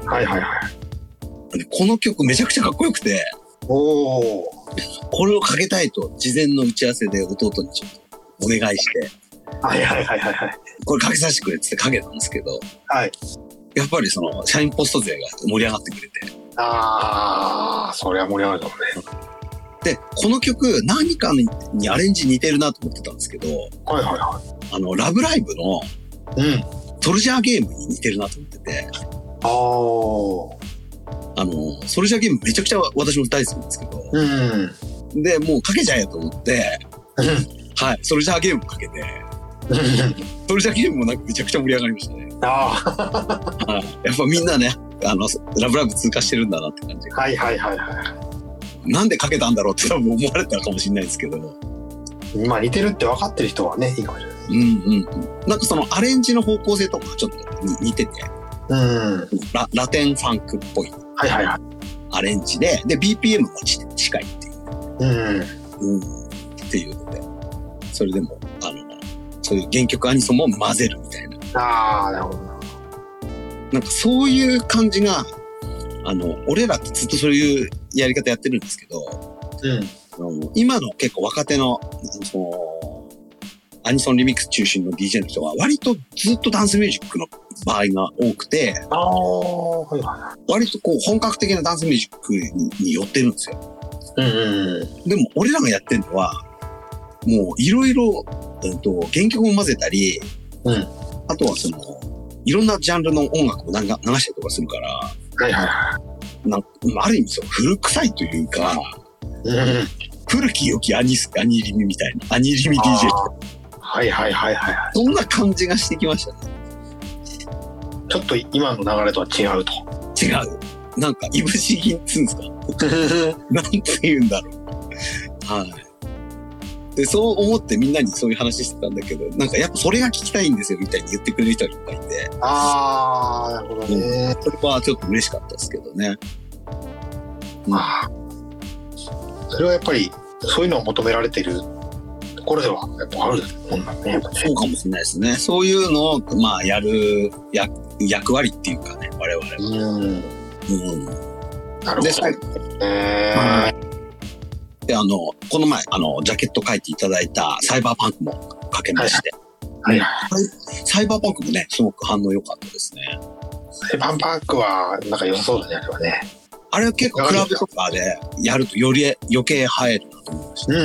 この曲めちゃくちゃかっこよくて、これをかけたいと事前の打ち合わせで弟にちょっとお願いして、これかけさせてくれってかけたんですけど、やっぱりそのシャインポスト勢が盛り上がってくれて、 そりゃ盛り上がるだろうね。 で、この曲何かにアレンジ似てるなと思ってたんですけど、ラブライブのソルジャーゲームに似てるなと思ってて、ソルジャーゲームめちゃくちゃ私も大好きなんですけど、で、もうかけちゃえと思って、ソルジャーゲームかけて、ソルジャーゲームもなんかめちゃくちゃ盛り上がりましたね。やっぱみんなね、ラブライブ通過してるんだなって感じ。なんでかけたんだろうって多分思われたかもしれないですけど。 まあ似てるって分かってる人はね、いいかもしれない。 なんかそのアレンジの方向性とかちょっと似てて、ラテンファンクっぽいアレンジで、BPM も近いっていう。っていうので、それでも、そういう原曲アニソンも混ぜるみたいな。 なるほど。 なんかそういう感じが、俺らってずっとそういうやり方やってるんですけど、今の結構若手の、アニソンリミックス中心の DJ の人は割とずっとダンスミュージックの場合が多くて、割とこう本格的なダンスミュージックに寄ってるんですよ。でも俺らがやってるのは、もういろいろ原曲も混ぜたり、あとはそのいろんなジャンルの音楽を流したりとかするから、ある意味そう古臭いというか、古き良きアニリミみたいな、アニリミ DJ。そんな感じがしてきましたね。 ちょっと今の流れとは違うと。 違う。なんか、いぶし銀っつうんですかなんて言うんだろう。で、そう思ってみんなにそういう話してたんだけど、なんかやっぱそれが聞きたいんですよみたいに言ってくれる人がいっぱいいて。 なるほどね。 それはちょっと嬉しかったですけどね。 それはやっぱり、そういうのを求められているところでは、やっぱあるもんなんね。 そうかもしれないですね。そういうのを、やる役割っていうかね、我々は。 なるほど。 で、この前、ジャケット書いていただいたサイバーパンクもかけまして。サイバーパンクもね、すごく反応良かったですね。 サイバーパンクは、なんか良さそうだね、あれはね。あれは結構クラブとかでやるとより余計映えるなと思いました。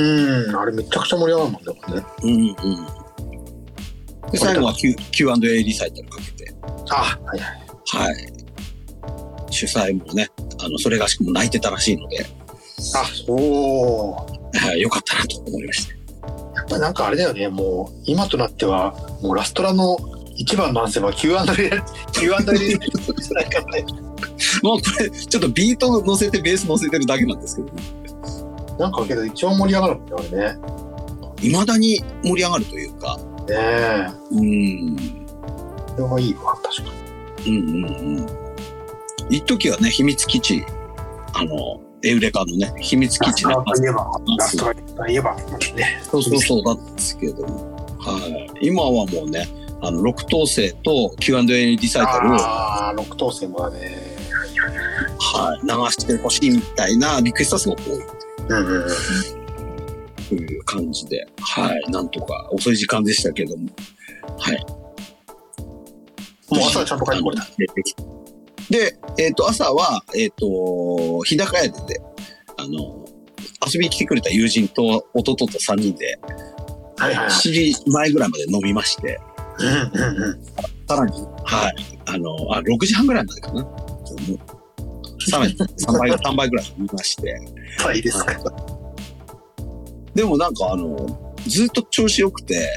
あれめちゃくちゃ盛り上がるもんね、これね。 で、最後は Q&A リサイタルかけて。主催もね、それがしくも泣いてたらしいので。よかったなと思いました。 やっぱりなんかあれだよね、もう今となってはもうラストラの一番のアンセムは Q&A じゃないかね。 もうこれちょっとビート乗せてベース乗せてるだけなんですけどね。 なんかけど一番盛り上がるもんね、あれね。 未だに盛り上がるというか。 それはいいわ、確かに。 一時はね、秘密基地、エウレカのね、秘密基地ね。 ラストラといえば、 ね。そうだったんですけども。今はもうね、 六等星と Q&A リサイタルを、 六等星もだね。 はい、流してほしいみたいなリクエストはすごく多い。という感じで、はい、なんとか遅い時間でしたけども、はい。 もう朝はちゃんと帰ってこれた。 で、朝は、日高屋で、遊びに来てくれた友人と弟と3人で、7時前ぐらいまで飲みまして、さらに、はい、6時半ぐらいまでかな。さらに3倍ぐらい飲みまして。 はい、ですか。 でもなんかずっと調子良くて、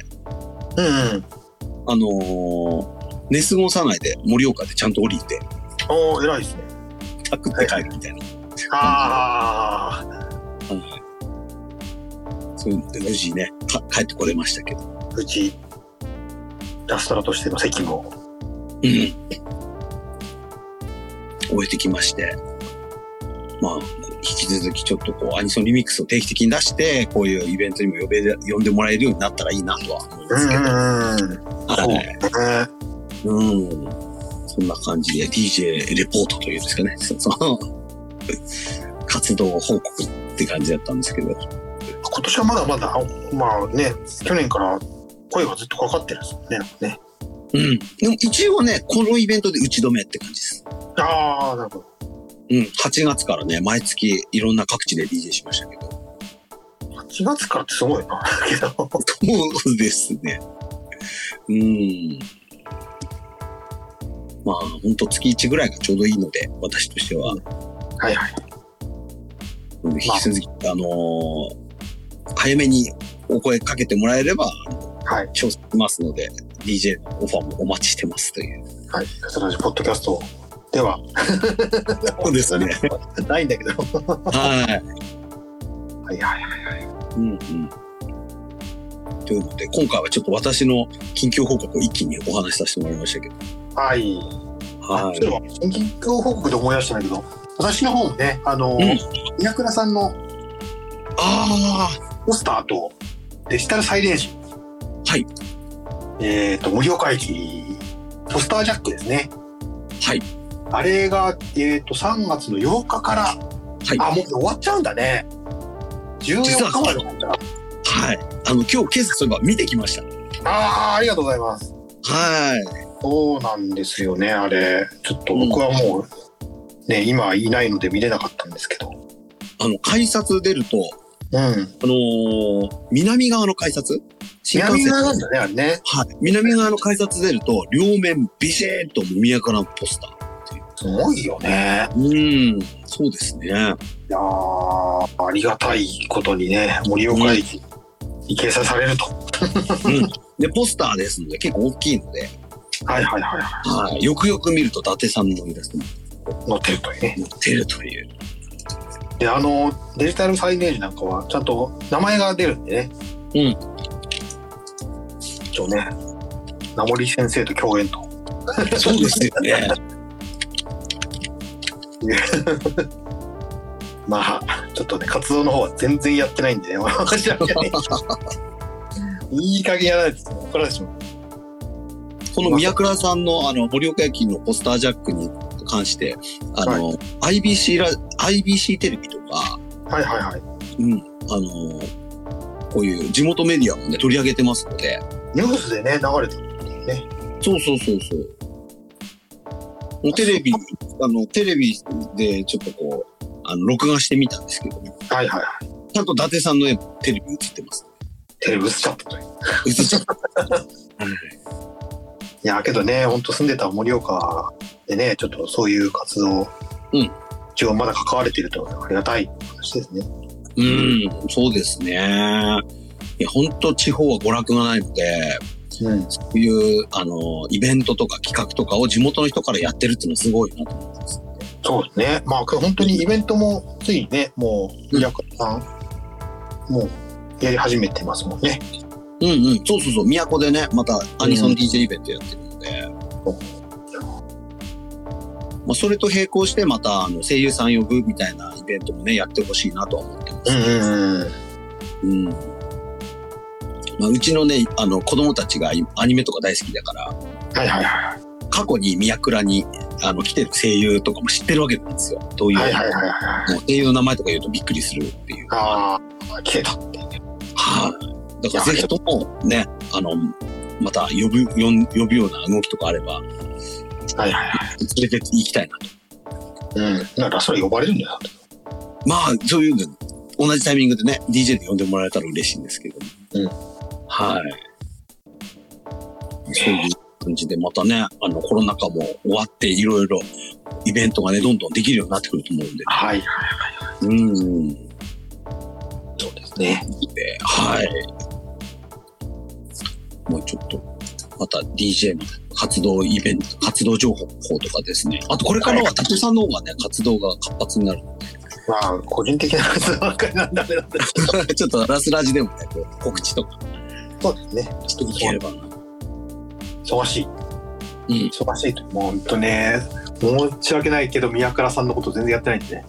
寝過ごさないで盛岡でちゃんと降りて。 偉いですね。 タクって帰るみたいな。そういう無事ね、帰ってこれましたけど。 無事、ラストラとしての責務を。 終えてきまして。まあ、引き続きちょっとこう、アニソンリミックスを定期的に出して、こういうイベントにも呼んでもらえるようになったらいいなとは思いますけど。そんな感じで DJ レポートというんですかね。その活動報告って感じだったんですけど。 今年はまだまだ、まあね、去年から声がずっとかかってるんですよね。 でも一応ね、このイベントで打ち止めって感じです。 なるほど。 8月からね、毎月いろんな各地で DJ しましたけど。 8月からってすごいな。 そうですね。まあ、ほんと月1ぐらいがちょうどいいので、私としては。引き続き、早めにお声かけてもらえれば、調査しますので、DJ のオファーもお待ちしてますという。 はい。そのポッドキャストでは。 そうですね。 ないんだけど。 というので、今回はちょっと私の近況報告を一気にお話しさせてもらいましたけど。 近況報告で思い出したんだけど、私の方もね、宮倉さんのポスターとデジタルサイレンジ。盛岡駅ポスタージャックですね。あれが、3月の8日から、もう終わっちゃうんだね。14日までなんだ。 今朝そういえば見てきました。 ありがとうございます。そうなんですよね、あれ。ちょっと僕はもう、ね、今いないので見れなかったんですけど。 改札出ると、南側の改札南側なんだね、あれね。 南側の改札出ると、両面ビシーッと宮倉のポスター。 すごいよね。 そうですね。いやありがたいことにね、盛岡駅に掲載されると。 で、ポスターですので結構大きいので。よくよく見ると伊達さんのイラスト載ってるというね。 載ってるという。 で、デジタルサイネージなんかはちゃんと名前が出るんでね。一応ね、名森先生と共演と。 そうですよね。 まあちょっとね、活動の方は全然やってないんでね、私はね、いい加減やらないですね。怒られてしまう。 この宮倉さんの盛岡駅のポスタージャックに関して、IBC テレビとか、こういう地元メディアもね取り上げてますので、 ニュースでね流れてるっていうね。 そう。テレビでちょっとこう録画してみたんですけど、ちゃんと伊達さんのテレビ映ってます。 テレビ映っちゃったという。 映っちゃった。 いやけどね、本当住んでた盛岡でね、ちょっとそういう活動、一応まだ関われているとありがたい話ですね。 そうですね。いや本当地方は娯楽がないので、そういうイベントとか企画とかを地元の人からやってるっていうのはすごいなと思います。 そうですね。まあ本当にイベントもついにね、もう宮倉さん、もうやり始めてますもんね。 そう。都でね、またアニソン DJ イベントやってるので、それと並行してまた声優さん呼ぶみたいなイベントもねやってほしいなとは思ってます。 まあ、うちのね、子供たちがアニメとか大好きだから、 はいはいはい。 過去に宮倉に、来てる声優とかも知ってるわけなんですよ。どういう、 はいはいはいはい。 もう声優の名前とか言うとびっくりするっていう。 ああ、来てたってね。 はい。だからぜひともね、また呼ぶような動きとかあれば、 はいはいはい。 連れて行きたいなと。 うん。だからそれ呼ばれるんだよ。 まあ、そういうの、同じタイミングでね、DJ で呼んでもらえたら嬉しいんですけども。 うん。 はい。そういう感じで、またね、コロナ禍も終わって、いろいろイベントがね、どんどんできるようになってくると思うんで。 はいはいはい。 うん。 そうですね。 はい。もうちょっと、また DJ の活動イベント、活動情報とかですね。あとこれからは竹さんの方がね、活動が活発になるので。 まあ、個人的な活動ばっかりなんだけど。 ちょっとラスラジでもね、告知とか。 そうですね。 ちょっといければな。 忙しい。 うん。 忙しいと。もうほんとね、申し訳ないけど、宮倉さんのこと全然やってないんでね。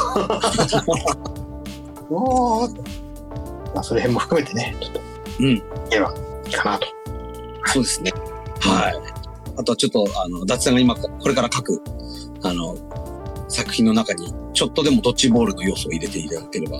もう、まあ、その辺も含めてね、ちょっと、いけばいいかなと。 そうですね。はい。あとはちょっと、ダツさんが今、これから書く、作品の中に、ちょっとでもドッジボールの要素を入れていただければ。 い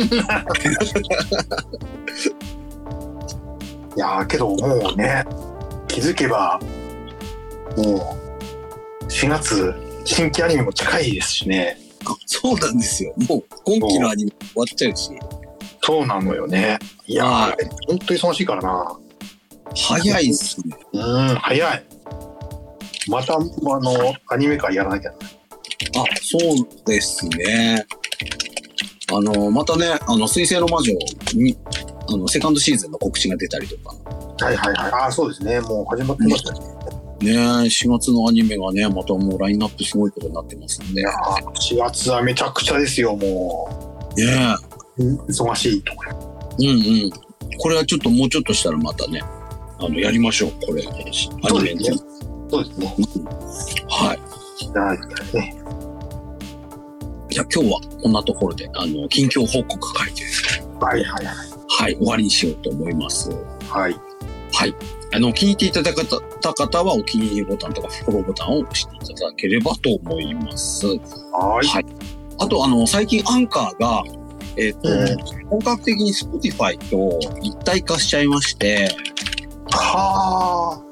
やー、けどもうね、気づけば、もう、4月、新規アニメも近いですしね。 あ、そうなんですよ。もう、今期のアニメ終わっちゃうし。 そうなのよね。いやー、ほんと忙しいからな。 早いっすね。 早い。また、アニメ界やらなきゃな。 あ、そうですね。またね、水星の魔女に、セカンドシーズンの告知が出たりとか。 はいはいはい。ああ、そうですね。もう始まってましたね。 ね4月のアニメがね、またもうラインナップすごいことになってますんで。 4月はめちゃくちゃですよ、もう。 ね忙しいとか。 うんうん。これはちょっともうちょっとしたらまたね、やりましょう、これ。アニメね。 そうですね。 はい。 ね。 じゃあ今日はこんなところで、近況報告会ですね。 はいはいはい。 はい、終わりにしようと思います。 はい。 はい。気に入っていただけた方はお気に入りボタンとかフォローボタンを押していただければと思います。 はい。 あと、最近アンカーが、本格的に Spotify と一体化しちゃいまして、 は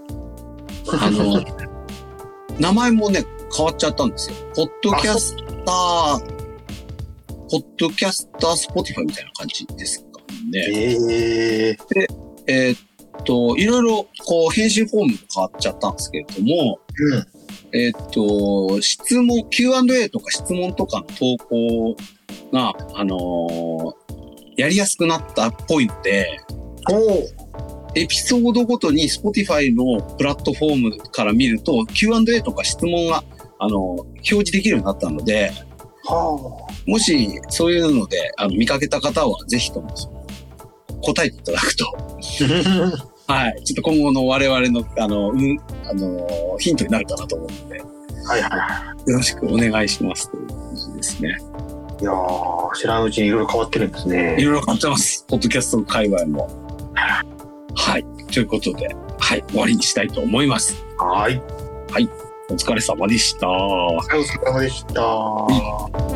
名前もね、変わっちゃったんですよ。ポッドキャスター Spotify みたいな感じですかね。で、いろいろ、編集フォームも変わっちゃったんですけれども、質問、Q&A とか質問とかの投稿が、やりやすくなったっぽいので、エピソードごとに Spotify のプラットフォームから見ると Q&A とか質問が、表示できるようになったので、もしそういうので見かけた方はぜひとも答えていただくと、はい、ちょっと今後の我々のヒントになるかなと思うので、 はいはいはい。 よろしくお願いしますという感じですね。 いやー、知らぬうちにいろいろ変わってるんですね。 いろいろ変わってます。ポッドキャストの界隈も。はい。ということで、はい、終わりにしたいと思います。 はい。 はい。お疲れ様でした。 はい、お疲れ様でした。